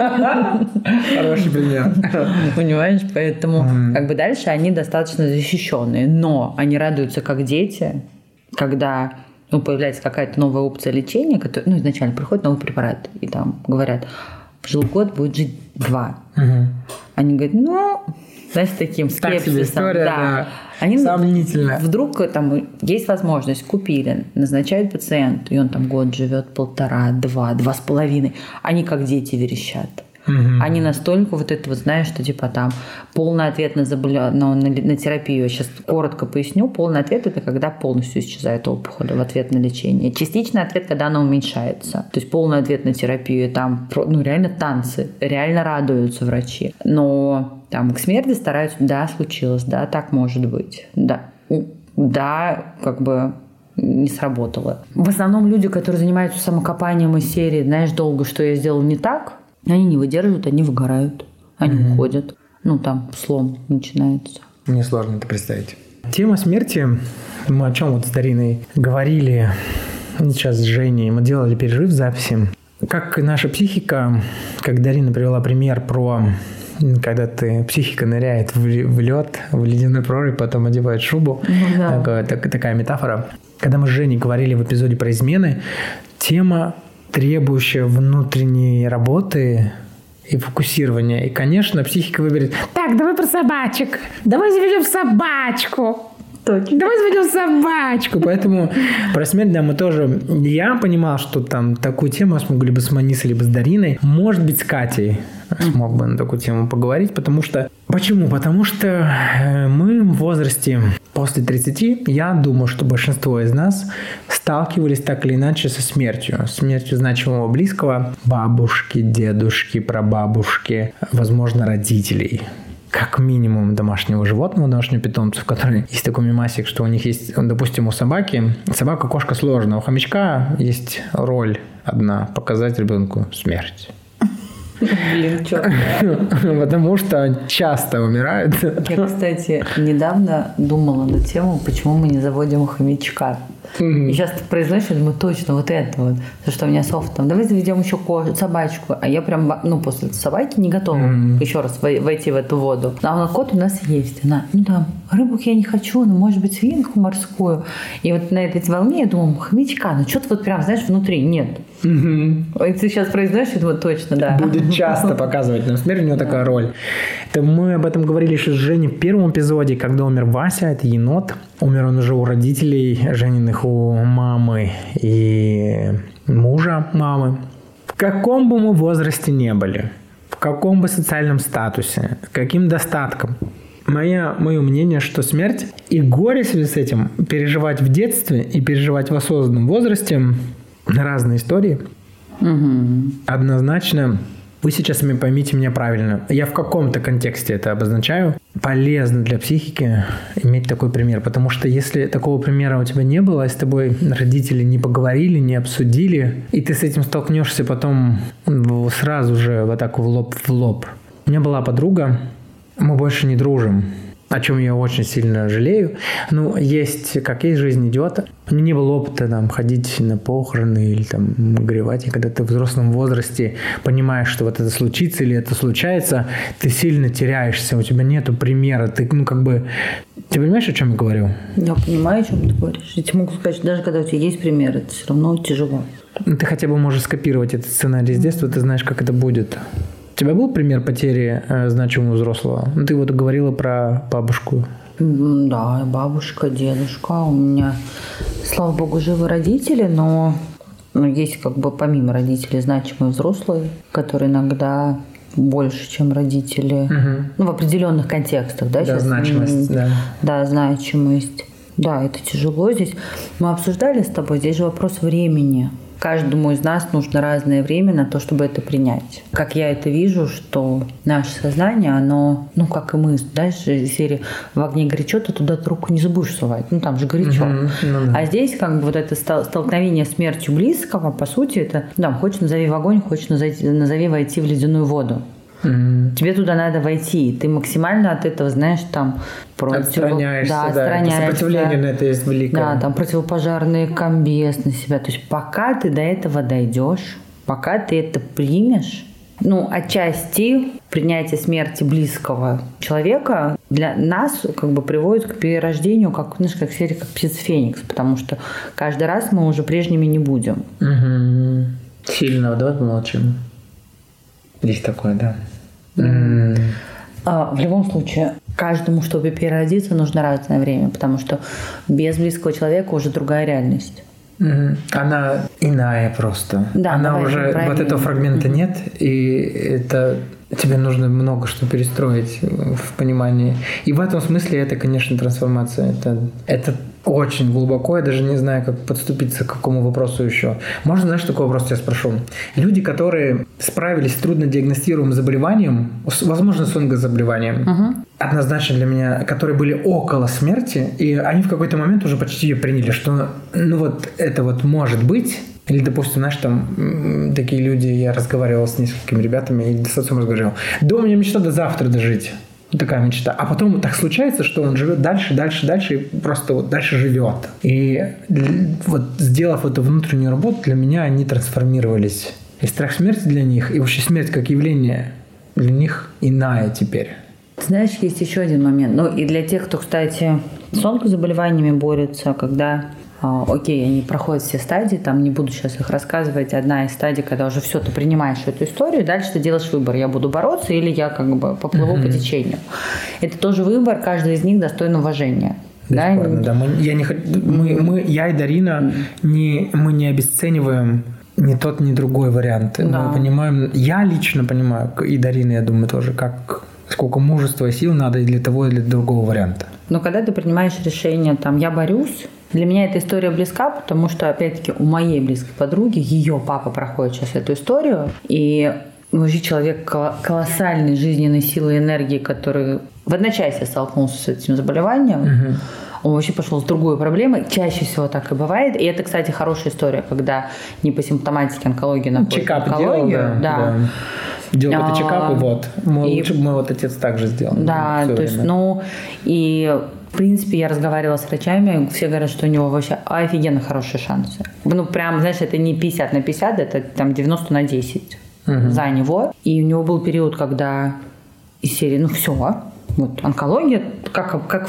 Хороший пример. Понимаешь, поэтому дальше они достаточно защищенные, но они радуются как дети, когда появляется какая-то новая опция лечения, которая, изначально приходит новый препарат, и там говорят, жил год, будет жить 2. Они говорят, знаешь, с таким скепсисом. Так история, да. Они сомнительно. Вдруг там есть возможность, купили, назначают пациенту, и он там год живет, 1,5, 2, 2,5. Они как дети верещат. Они настолько знаешь, что типа там полный ответ на терапию. Я сейчас коротко поясню. Полный ответ – это когда полностью исчезает опухоль в ответ на лечение. Частичный ответ – когда она уменьшается. То есть полный ответ на терапию. Там реально танцы, реально радуются врачи. Но там к смерти стараются, да, случилось, да, так может быть. Да, не сработало. В основном люди, которые занимаются самокопанием из серии, знаешь, долго, что я сделал не так, они не выдерживают, они выгорают, они уходят. Там слом начинается. Мне сложно это представить. Тема смерти, мы о чем с Дариной говорили сейчас с Женей, мы делали перерыв в записи. Как наша психика, как Дарина привела пример про когда психика ныряет в лед, в ледяной прорубь, потом одевает шубу. Такая метафора. Когда мы с Женей говорили в эпизоде про измены, тема, требующая внутренней работы и фокусирования. И, конечно, психика выберет: так, давай про собачек. Давай заведем собачку. Точно. Давай заведем собачку. Поэтому про смерть, да, мы тоже... Я понимал, что там такую тему я смогу либо с Манисой, либо с Дариной. Может быть, с Катей смог бы на такую тему поговорить, потому что... Почему? Потому что мы в возрасте после 30, я думаю, что большинство из нас сталкивались так или иначе со смертью. Смертью значимого близкого, бабушки, дедушки, прабабушки, возможно, родителей. Как минимум домашнего животного, домашнего питомца, в котором есть такой мемасик, что у них есть, допустим, у собаки, собака, кошка сложно, у хомячка есть роль одна – показать ребенку смерть. Блин, чё? Потому что часто умирают. Я, кстати, недавно думала на тему, почему мы не заводим хомячка. И сейчас ты произносишь, я думаю, точно, вот это вот. Потому что у меня софт там, давай заведем еще собачку. А я прям, после собаки не готова еще раз войти в эту воду. А кот у нас есть. Она, рыбу я не хочу, но может быть свинку морскую. И вот на этой волне я думаю, хомячка, что-то вот прям, знаешь, внутри нет. И ты сейчас произносишь, я думаю, точно, да. Будет часто показывать нам смерть, у него такая роль. Это мы об этом говорили еще с Женей в первом эпизоде, когда умер Вася, это енот. Умер он уже у родителей Жениных, у мамы и мужа мамы. В каком бы мы возрасте не были, в каком бы социальном статусе, каким достатком. Мое мнение, что смерть и горе в связи с этим переживать в детстве и переживать в осознанном возрасте разные истории. Однозначно, вы сейчас поймите меня правильно. Я в каком-то контексте это обозначаю. Полезно для психики иметь такой пример. Потому что если такого примера у тебя не было, и с тобой родители не поговорили, не обсудили, и ты с этим столкнешься потом сразу же вот так в лоб. У меня была подруга, мы больше не дружим, о чем я очень сильно жалею. Ну, есть жизнь идет. У меня не было опыта ходить на похороны или горевать. И когда ты в взрослом возрасте понимаешь, что вот это случится или это случается, ты сильно теряешься, у тебя нету примера. Ты, Ты понимаешь, о чем я говорю? Я понимаю, о чем ты говоришь. Я тебе могу сказать, что даже когда у тебя есть пример, это все равно тяжело. Ты хотя бы можешь скопировать этот сценарий с детства, ты знаешь, как это будет. У тебя был пример потери значимого взрослого? Ты вот говорила про бабушку. Да, бабушка, дедушка. У меня, слава богу, живы родители, но есть помимо родителей значимые взрослые, которые иногда больше, чем родители. В определенных контекстах. Да, значимость. Да, значимость. Да, это тяжело здесь. Мы обсуждали с тобой, здесь же вопрос времени. Каждому из нас нужно разное время на то, чтобы это принять. Как я это вижу, что наше сознание, оно, как и мы, знаешь, из серии «В огне горячо, ты туда руку не забудешь сувать». Там же горячо. А здесь вот это столкновение с смертью близкого, по сути, это, хочешь назови в огонь, хочешь назови войти в ледяную воду. Тебе туда надо войти. Ты максимально от этого, знаешь, отстраняешься. Отстраняешься. Сопротивление на это есть великое. Да, противопожарный комбез на себя. То есть пока ты до этого дойдешь, пока ты это примешь, отчасти принятие смерти близкого человека для нас приводит к перерождению, как в серии, как птица Феникс, потому что каждый раз мы уже прежними не будем. Сильно, давай помолчим. Есть такое, да. В любом случае, каждому, чтобы переродиться, нужно разное время, потому что без близкого человека уже другая реальность. Она иная просто. Да, она уже правильно. Вот этого фрагмента нет, и это тебе нужно много что перестроить в понимании. И в этом смысле это, конечно, трансформация. Это очень глубоко. Я даже не знаю, как подступиться к какому вопросу еще. Можно, знаешь, такой вопрос тебя спрошу? Люди, которые справились с труднодиагностируемым заболеванием, возможно, с онкозаболеванием, однозначно для меня, которые были около смерти, и они в какой-то момент уже почти ее приняли, что это может быть. Или, допустим, знаешь, такие люди, я разговаривал с несколькими ребятами, и с отцом разговаривал. Да, у меня мечта до завтра дожить. Такая мечта. А потом так случается, что он живет дальше, и просто дальше живет. И сделав эту внутреннюю работу, для меня они трансформировались. И страх смерти для них, и вообще смерть как явление для них иная теперь. Знаешь, есть еще один момент. И для тех, кто, кстати, с онкозаболеваниями борется, когда... они проходят все стадии, не буду сейчас их рассказывать. Одна из стадий, когда уже все, ты принимаешь эту историю, дальше ты делаешь выбор. Я буду бороться или я поплыву по течению. Это тоже выбор, каждый из них достоин уважения. Бесспорно, да. Я и Дарина, мы не обесцениваем ни тот, ни другой вариант. Да. Мы понимаем, я лично понимаю, и Дарина, я думаю, тоже, сколько мужества и сил надо и для того, и для другого варианта. Но когда ты принимаешь решение, я борюсь, для меня эта история близка, потому что, опять-таки, у моей близкой подруги, ее папа проходит сейчас эту историю, и вообще человек колоссальной жизненной силы и энергии, который в одночасье столкнулся с этим заболеванием, он вообще пошел с другой проблемой. Чаще всего так и бывает. И это, кстати, хорошая история, когда не по симптоматике онкологии находят чекап онкологию. Делал, да. Делал какой-то чекап, и мой отец также сделал. Да, то есть, и в принципе, я разговаривала с врачами, все говорят, что у него вообще офигенно хорошие шансы. Прям, знаешь, это не 50 на 50, это 90 на 10 за него. И у него был период, когда из серии, все, онкология, как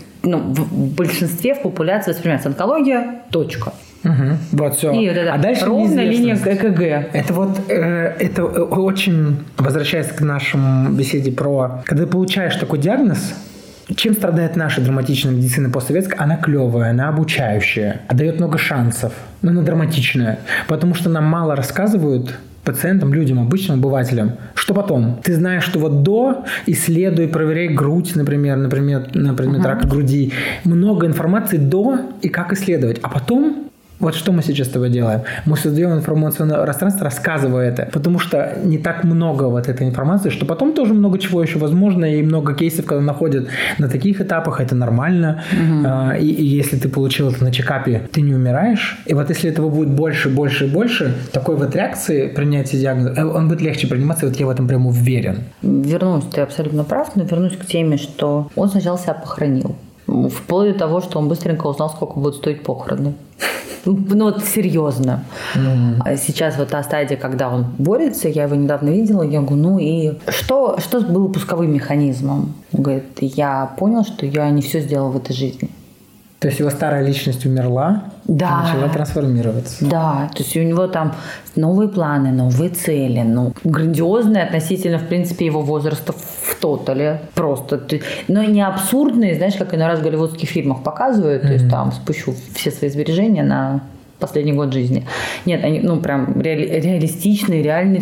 в большинстве, в популяции воспринимается онкология, точка. Все. И а дальше ровная линия ЭКГ. Это очень, возвращаясь к нашему беседе про... Когда ты получаешь такой диагноз, чем страдает наша драматичная медицина постсоветская? Она клевая, она обучающая, дает много шансов, но она драматичная. Потому что нам мало рассказывают пациентам, людям, обычным обывателям. Что потом? Ты знаешь, что вот до исследуй, проверяй грудь, например, на предмет рака груди. Много информации до и как исследовать. А потом... Вот что мы сейчас с тобой делаем. Мы создаем информационное пространство, рассказывая это. Потому что не так много вот этой информации, что потом тоже много чего еще возможно. И много кейсов, когда находят на таких этапах, это нормально. И если ты получил это на чекапе, ты не умираешь. И вот если этого будет больше, больше и больше, такой вот реакции принятия диагноза, он будет легче приниматься. Вот я в этом прямо уверен. Вернусь, ты абсолютно прав, но вернусь к теме, что он сначала себя похоронил. Вплоть до того, что он быстренько узнал, сколько будут стоить похороны. Ну вот серьезно. Сейчас вот та стадия, когда он борется, я его недавно видела, я говорю, ну и что было пусковым механизмом? Он говорит, я понял, что я не все сделал в этой жизни. То есть его старая личность умерла, да, начала трансформироваться. Да, то есть у него там новые планы, новые цели, ну, грандиозные относительно, в принципе, его возраста в тотале. Просто. Но не абсурдные, знаешь, как иной раз в голливудских фильмах показывают, то есть там спущу все свои сбережения на последний год жизни. Нет, они, ну, прям реалистичные,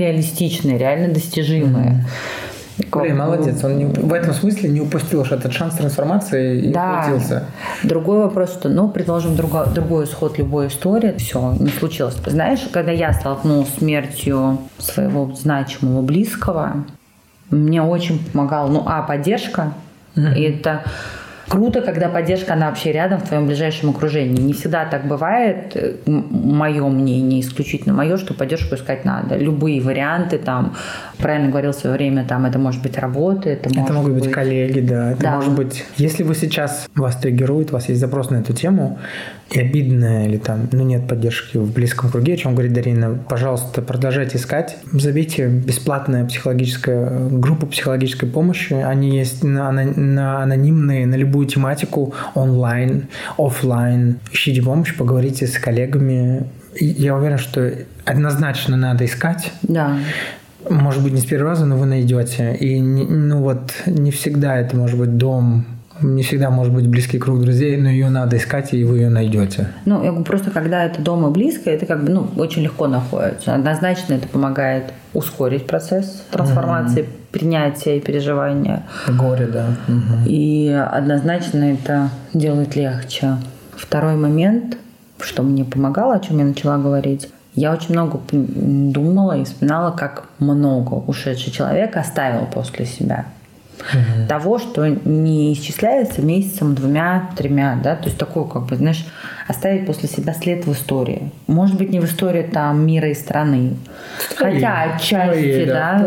реально достижимые. Блин, молодец. Он в этом смысле не упустил этот шанс трансформации и ухватился. Другой вопрос, что, ну, предположим, другой исход любой истории, все, не случилось. Знаешь, когда я столкнулась с смертью своего значимого близкого, мне очень помогала, поддержка. И это круто, когда поддержка, она вообще рядом в твоем ближайшем окружении. Не всегда так бывает, мое мнение, исключительно мое, что поддержку искать надо. Любые варианты, там, правильно говорил в свое время, там, это может быть работа, это могут быть коллеги, да. Это может быть... Если вы сейчас вас триггерует, у вас есть запрос на эту тему, и обидно, или там, нет поддержки в близком круге, о чем говорит Дарина, пожалуйста, продолжайте искать. Забейте бесплатная психологическая группа психологической помощи. Они есть анонимные, на любую тематику, онлайн, офлайн. Ищите помощь, поговорите с коллегами. Я уверен, что однозначно надо искать. Да. Может быть, не с первого раза, но вы найдете. И не всегда это может быть дом, не всегда может быть близкий круг друзей, но ее надо искать, и вы ее найдете. Я говорю, просто когда это дома близко, это очень легко находится. Однозначно это помогает ускорить процесс трансформации, принятия и переживания. Горе, да. И однозначно это делает легче. Второй момент, что мне помогало, о чем я начала говорить, я очень много думала и вспоминала, как много ушедший человек оставил после себя. Того, что не исчисляется месяцем, 2-3, да, то есть такое, оставить после себя след в истории. Может быть, не в истории там мира и страны, хотя отчасти,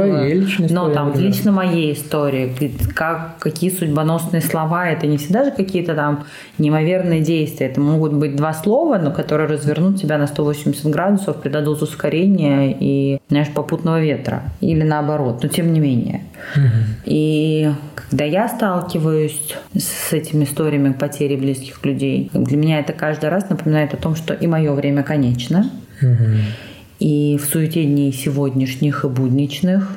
но там лично моей истории, какие судьбоносные слова, это не всегда же какие-то там неимоверные действия, это могут быть 2 слова, но которые развернут тебя на 180 градусов, придадут ускорения и, попутного ветра, или наоборот, но тем не менее. И когда я сталкиваюсь с этими историями потери близких людей, для меня это каждый раз напоминает о том, что и мое время конечно, и в суете дней сегодняшних и будничных,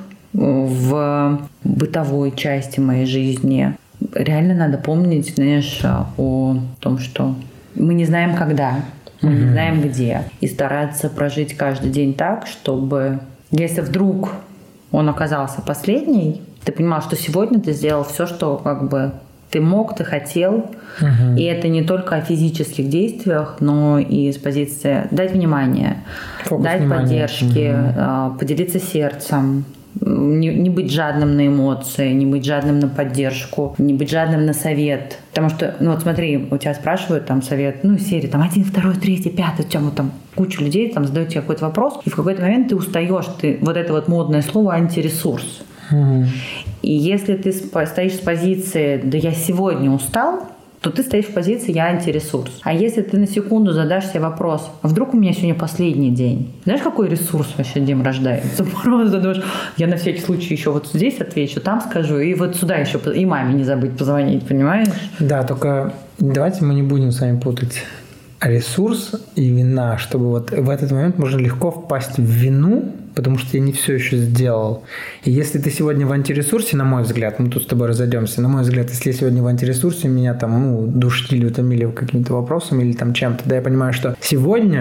в бытовой части моей жизни реально надо помнить, о том, что мы не знаем когда, мы не знаем где, и стараться прожить каждый день так, чтобы, если вдруг он оказался последний, ты понимал, что сегодня ты сделал все, что ты мог, ты хотел. И это не только о физических действиях, но и с позиции дать внимание, дать поддержки, поделиться сердцем, не быть жадным на эмоции, не быть жадным на поддержку, не быть жадным на совет. Потому что, смотри, у тебя спрашивают там совет, серии там 1, 2, 3, 5, у тебя там куча людей там задают тебе какой-то вопрос, и в какой-то момент ты устаешь, это модное слово антиресурс. И если ты стоишь с позиции «да я сегодня устал», то ты стоишь в позиции «я антиресурс». А если ты на секунду задашь себе вопрос, а вдруг у меня сегодня последний день? Знаешь, какой ресурс вообще, Дим, рождается? Просто думаешь, я на всякий случай еще здесь отвечу, там скажу, и сюда еще, и маме не забыть позвонить, понимаешь? Да, только давайте мы не будем с вами путать ресурс и вина, чтобы в этот момент можно легко впасть в вину, потому что я не все еще сделал. И если ты сегодня в антиресурсе, на мой взгляд, мы тут с тобой разойдемся, на мой взгляд, если я сегодня в антиресурсе, меня там душили, утомили каким-то вопросом или там чем-то, да, я понимаю, что сегодня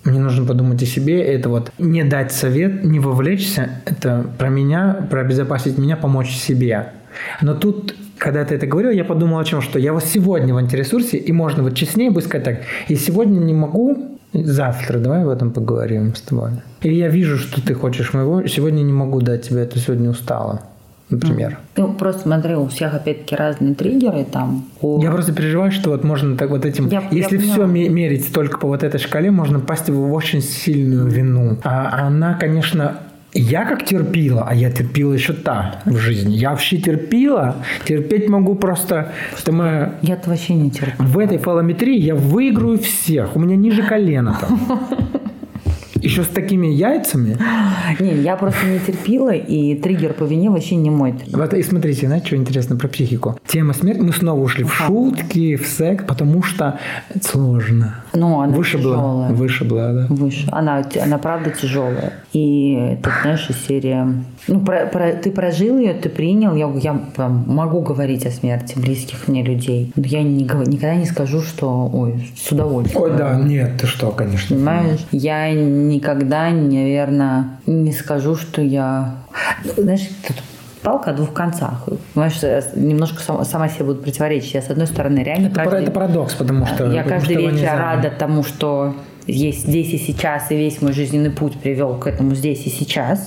мне нужно подумать о себе. Это вот не дать совет, не вовлечься. Это про меня, про обезопасить меня, помочь себе. Но тут, когда ты это говорил, я подумал о чем, что я вот сегодня в антиресурсе, и можно вот честнее будет сказать так, и сегодня не могу, завтра давай об этом поговорим с тобой. Или я вижу, что ты хочешь моего, сегодня не могу дать тебе, это сегодня устала. Например. Ну, просто смотри, у всех опять-таки разные триггеры там. Я просто переживаю, что вот можно так вот этим... Если все мерить только по вот этой шкале, можно попасть в очень сильную вину. А она, конечно... Я как терпила, а я терпила еще в жизни. Я вообще терпела. Терпеть могу просто... Я-то вообще не терпела. В этой фалометрии я выиграю всех. У меня ниже колена там. Еще с такими яйцами? Не, я просто не терпила, и триггер по вине вообще не мой триггер. Вот, и смотрите, знаете, что интересно про психику? Тема смерти, мы снова ушли в шутки, в секс, потому что это сложно. Ну, она тяжелая. Вышибла, да. Выше. Она правда тяжелая. И это, знаешь, серия... Ну, ты прожил ее, ты принял. Я могу говорить о смерти близких мне людей. Но я никогда не скажу, что... Ой, с удовольствием. Ой, да, нет, ты что, конечно. Понимаешь? Я никогда, наверное, не скажу, что я... Знаешь, тут палка о двух концах. Понимаешь, немножко сама себе буду противоречить. Я, с одной стороны, реально... Это парадокс, потому что... Я каждый вечер рада тому, что есть здесь и сейчас, и весь мой жизненный путь привел к этому здесь и сейчас.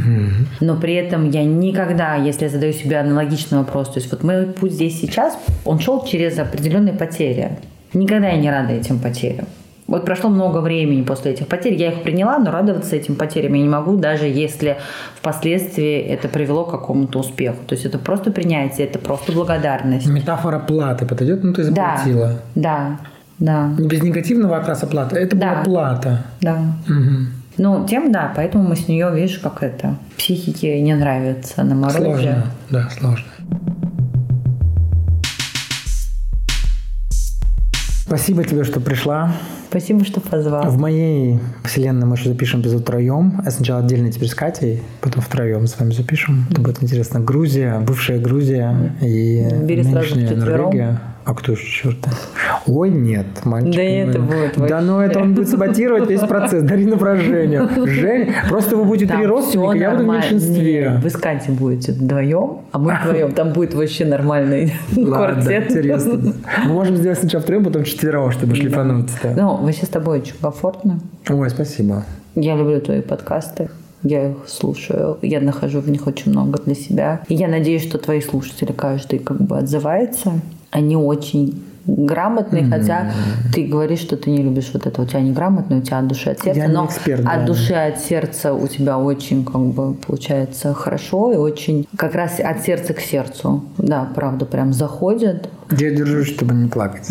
Но при этом я никогда, если я задаю себе аналогичный вопрос, то есть вот мой путь здесь и сейчас, он шел через определенные потери. Никогда я не рада этим потерям. Вот прошло много времени после этих потерь, я их приняла, но радоваться этим потерям я не могу, даже если впоследствии это привело к какому-то успеху. То есть это просто принятие, это просто благодарность. Метафора платы подойдет? Ну, ты заплатила. Да. Без негативного окраса плата. Это была плата. Да. Ну, поэтому мы с нее, видишь, как это, психике не нравится на морозе. Сложно, да, сложно. Спасибо тебе, что пришла. Спасибо, что позвал. В моей вселенной мы еще запишем эпизод втроем. А сначала отдельно теперь с Катей, потом втроем с вами запишем. Это будет интересно. Грузия, бывшая Грузия и нынешняя Норвегия. А кто еще черт? Ой, нет, мальчик. Да это будет вообще. Да, ну это он будет саботировать весь процесс. Дарина про Женю. Просто вы будете 3 родственника, я буду в меньшинстве. Нет, вы с Катей будете вдвоем, а мы вдвоем. Там будет вообще нормальный квартет. Интересно. Мы можем сделать сначала втроем, потом 4, чтобы шлифануть. Ну, вообще с тобой очень комфортно. Ой, спасибо. Я люблю твои подкасты. Я их слушаю, я нахожу в них очень много для себя. И я надеюсь, что твои слушатели каждый как бы отзывается. Они очень грамотные, хотя ты говоришь, что ты не любишь вот это. У тебя неграмотно, у тебя от души, от сердца. Я не эксперт, от души, от сердца у тебя очень как бы получается хорошо и очень как раз от сердца к сердцу. Да, правда, прям заходят. Я держусь, чтобы не плакать.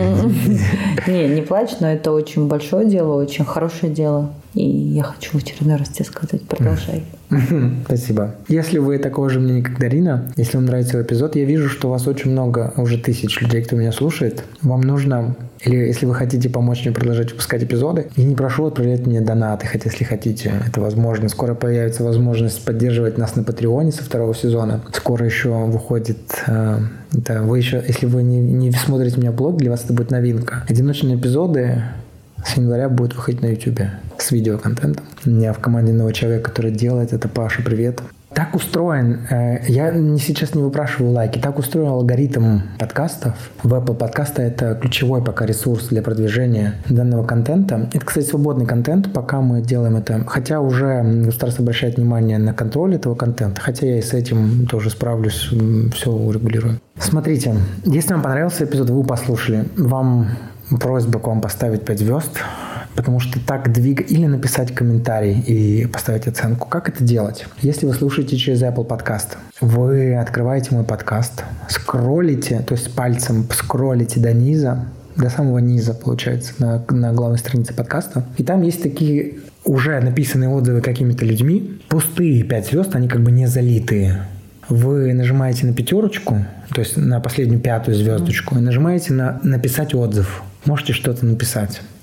Не плачь, но это очень большое дело, очень хорошее дело. И я хочу в очередной раз тебе сказать, продолжай. Спасибо. Если вы такого же мнения, как Дарина, если вам нравится эпизод, я вижу, что у вас очень много, уже 1000 людей, кто меня слушает. Вам нужно, или если вы хотите помочь мне продолжать выпускать эпизоды, я не прошу отправлять мне донаты, хотя если хотите, это возможно. Скоро появится возможность поддерживать нас на Патреоне со 2 сезона. Скоро еще выходит... Это вы еще, если вы не смотрите меня в блог, для вас это будет новинка. Одиночные эпизоды с января будут выходить на YouTube с видеоконтентом. У меня в команде новый человек, который делает это. Паша, привет. Так устроен, я сейчас не выпрашиваю лайки, так устроен алгоритм подкастов. В Apple подкасты это ключевой пока ресурс для продвижения данного контента. Это, кстати, свободный контент, пока мы делаем это. Хотя уже государство обращает внимание на контроль этого контента, хотя я и с этим тоже справлюсь, все урегулирую. Смотрите, если вам понравился эпизод, вы послушали, вам просьба к вам поставить 5 звезд, потому что так или написать комментарий и поставить оценку. Как это делать? Если вы слушаете через Apple Podcast, вы открываете мой подкаст, скроллите, то есть пальцем скроллите до низа, до самого низа, получается, на главной странице подкаста. И там есть такие уже написанные отзывы какими-то людьми. Пустые 5 звезд, они как бы не залитые. Вы нажимаете на 5, то есть на последнюю 5 звездочку, и нажимаете на «Написать отзыв». Можете что-то написать.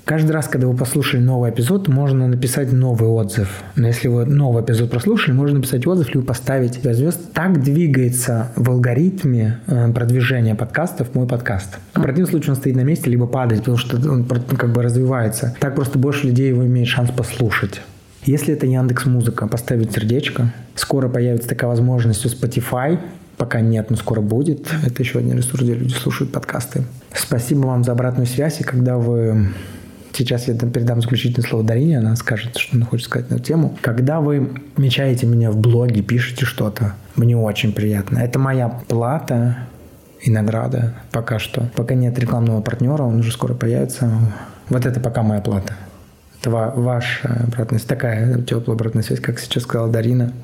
Каждый раз, когда вы послушали новый эпизод, можно написать новый отзыв. Но если вы новый эпизод прослушали, можно написать отзыв, либо поставить 5 звезд. Так двигается в алгоритме продвижения подкастов мой подкаст. В противном случае он стоит на месте, либо падает, потому что он как бы развивается. Так просто больше людей его имеет шанс послушать. Если это Яндекс.Музыка, поставить сердечко. Скоро появится такая возможность у Spotify. Пока нет, но скоро будет. Это еще один ресурс, где люди слушают подкасты. Спасибо вам за обратную связь. И когда вы... Сейчас я передам заключительное слово Дарине, она скажет, что она хочет сказать на эту тему. Когда вы мечаете меня в блоге, пишете что-то, мне очень приятно. Это моя плата и награда пока что. Пока нет рекламного партнера, он уже скоро появится. Вот это пока моя плата. Это ваша обратная связь, такая теплая обратная связь, как сейчас сказала Дарина.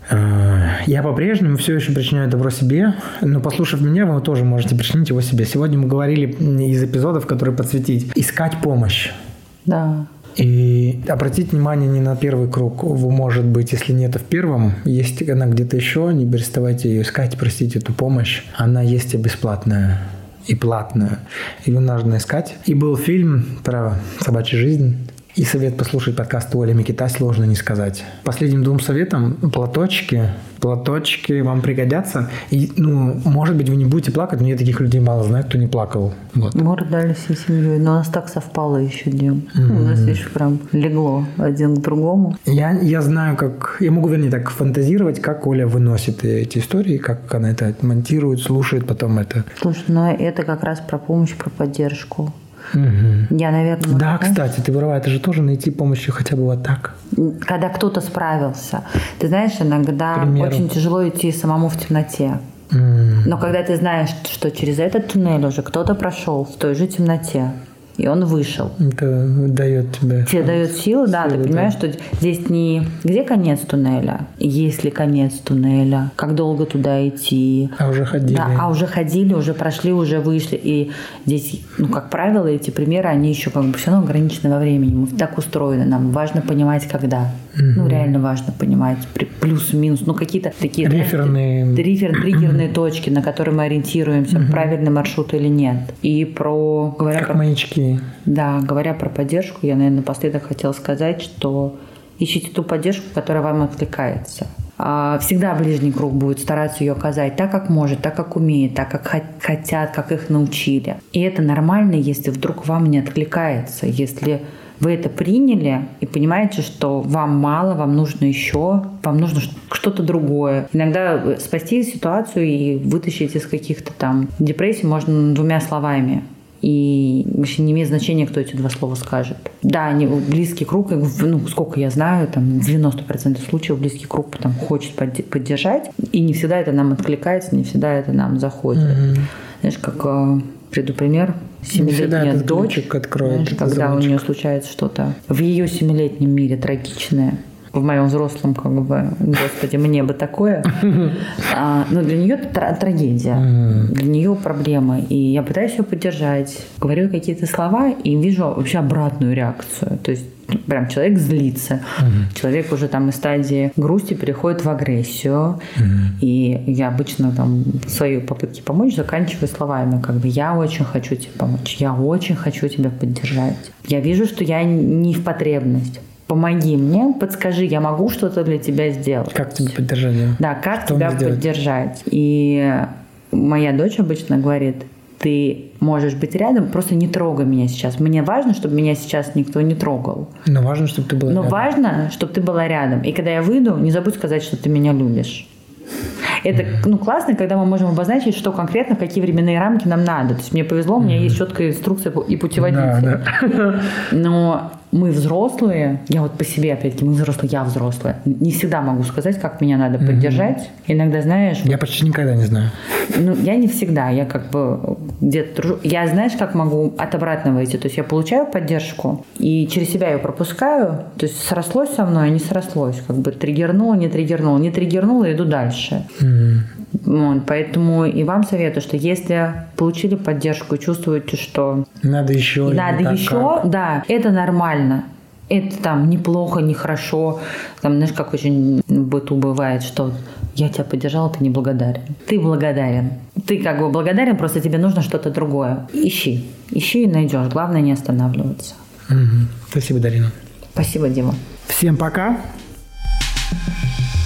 Я по-прежнему все еще причиняю добро себе, но послушав меня, вы тоже можете причинить его себе. Сегодня мы говорили из эпизодов, которые подсветить. Искать помощь. Да. И обратить внимание не на первый круг. Может быть, если нет в первом, есть она где-то еще, не переставайте ее искать, простите эту помощь. Она есть и бесплатная, и платная. Ее нужно искать. И был фильм про собачью жизнь. И совет послушать подкаст Оли Микита «Сложно не сказать». Последним 2 советам платочки вам пригодятся. И, может быть, вы не будете плакать, но я таких людей мало знаю, кто не плакал. Вот. Мы рыдали всей семьей, но у нас так совпало еще днем. У нас еще прям легло один к другому. Я знаю, как... Я могу, так фантазировать, как Оля выносит эти истории, как она это монтирует, слушает, потом это... Слушай, это как раз про помощь, про поддержку. Угу. Я, наверное... Да, кстати, ты права, это же тоже найти помощь хотя бы вот так. Когда кто-то справился. Ты знаешь, иногда очень тяжело идти самому в темноте. Но когда ты знаешь, что через этот туннель уже кто-то прошел в той же темноте, и он вышел. Это дает тебе... Тебе дает силу, да. Ты понимаешь, что здесь не где конец туннеля, есть ли конец туннеля, как долго туда идти. А уже ходили. Да, уже ходили, уже прошли, уже вышли. И здесь, как правило, эти примеры, они еще все равно ограничены во времени. Мы так устроены. Нам важно понимать, когда. Реально важно понимать. Плюс-минус. Какие-то такие... триггерные точки, на которые мы ориентируемся, правильный маршрут или нет. И как маячки. Да, говоря про поддержку, я, наверное, напоследок хотела сказать, что ищите ту поддержку, которая вам откликается. Всегда ближний круг будет стараться ее оказать так, как может, так, как умеет, так, как хотят, как их научили. И это нормально, если вдруг вам не откликается, если вы это приняли и понимаете, что вам мало, вам нужно еще, вам нужно что-то другое. Иногда спасти ситуацию и вытащить из каких-то там депрессий можно 2 словами. И вообще не имеет значения, кто эти 2 слова скажет. Да, близкий круг, сколько я знаю, там 90% случаев близкий круг там хочет поддержать, и не всегда это нам откликается, не всегда это нам заходит. Знаешь, как приведу пример. 7-летняя дочь, знаешь, когда у нее случается что-то в ее 7-летнем мире трагичное, в моем взрослом, господи, мне бы такое. Но для нее это трагедия, для нее проблема. И я пытаюсь ее поддержать, говорю какие-то слова и вижу вообще обратную реакцию. То есть прям человек злится. Человек уже там из стадии грусти переходит в агрессию. И я обычно свои попытки помочь заканчиваю словами, я очень хочу тебе помочь, я очень хочу тебя поддержать. Я вижу, что я не в потребность. Помоги мне, подскажи, я могу что-то для тебя сделать. Как тебя поддержать? Да, как тебя поддержать. И моя дочь обычно говорит: ты можешь быть рядом, просто не трогай меня сейчас. Мне важно, чтобы меня сейчас никто не трогал. Но важно, чтобы ты была рядом. Но важно, чтобы ты была рядом. И когда я выйду, не забудь сказать, что ты меня любишь. Это классно, когда мы можем обозначить, что конкретно, какие временные рамки нам надо. То есть мне повезло, у меня есть четкая инструкция и путеводитель. Да. Но мы взрослые, я по себе, опять-таки, мы взрослые, я взрослая. Не всегда могу сказать, как меня надо поддержать. Иногда, знаешь... Я почти никогда не знаю. Я не всегда. Я где-то тружу. Я, знаешь, как могу от обратного идти. То есть я получаю поддержку и через себя ее пропускаю. То есть срослось со мной, а не срослось. Триггернула, не триггернула, иду дальше. Поэтому и вам советую, что если получили поддержку и чувствуете, что... Надо еще. Да, это нормально. Это неплохо, нехорошо. Знаешь, как очень в быту бывает, что я тебя поддержала, ты не благодарен. Ты благодарен. Ты благодарен, просто тебе нужно что-то другое. Ищи и найдешь. Главное не останавливаться. Спасибо, Дарина. Спасибо, Дима. Всем пока.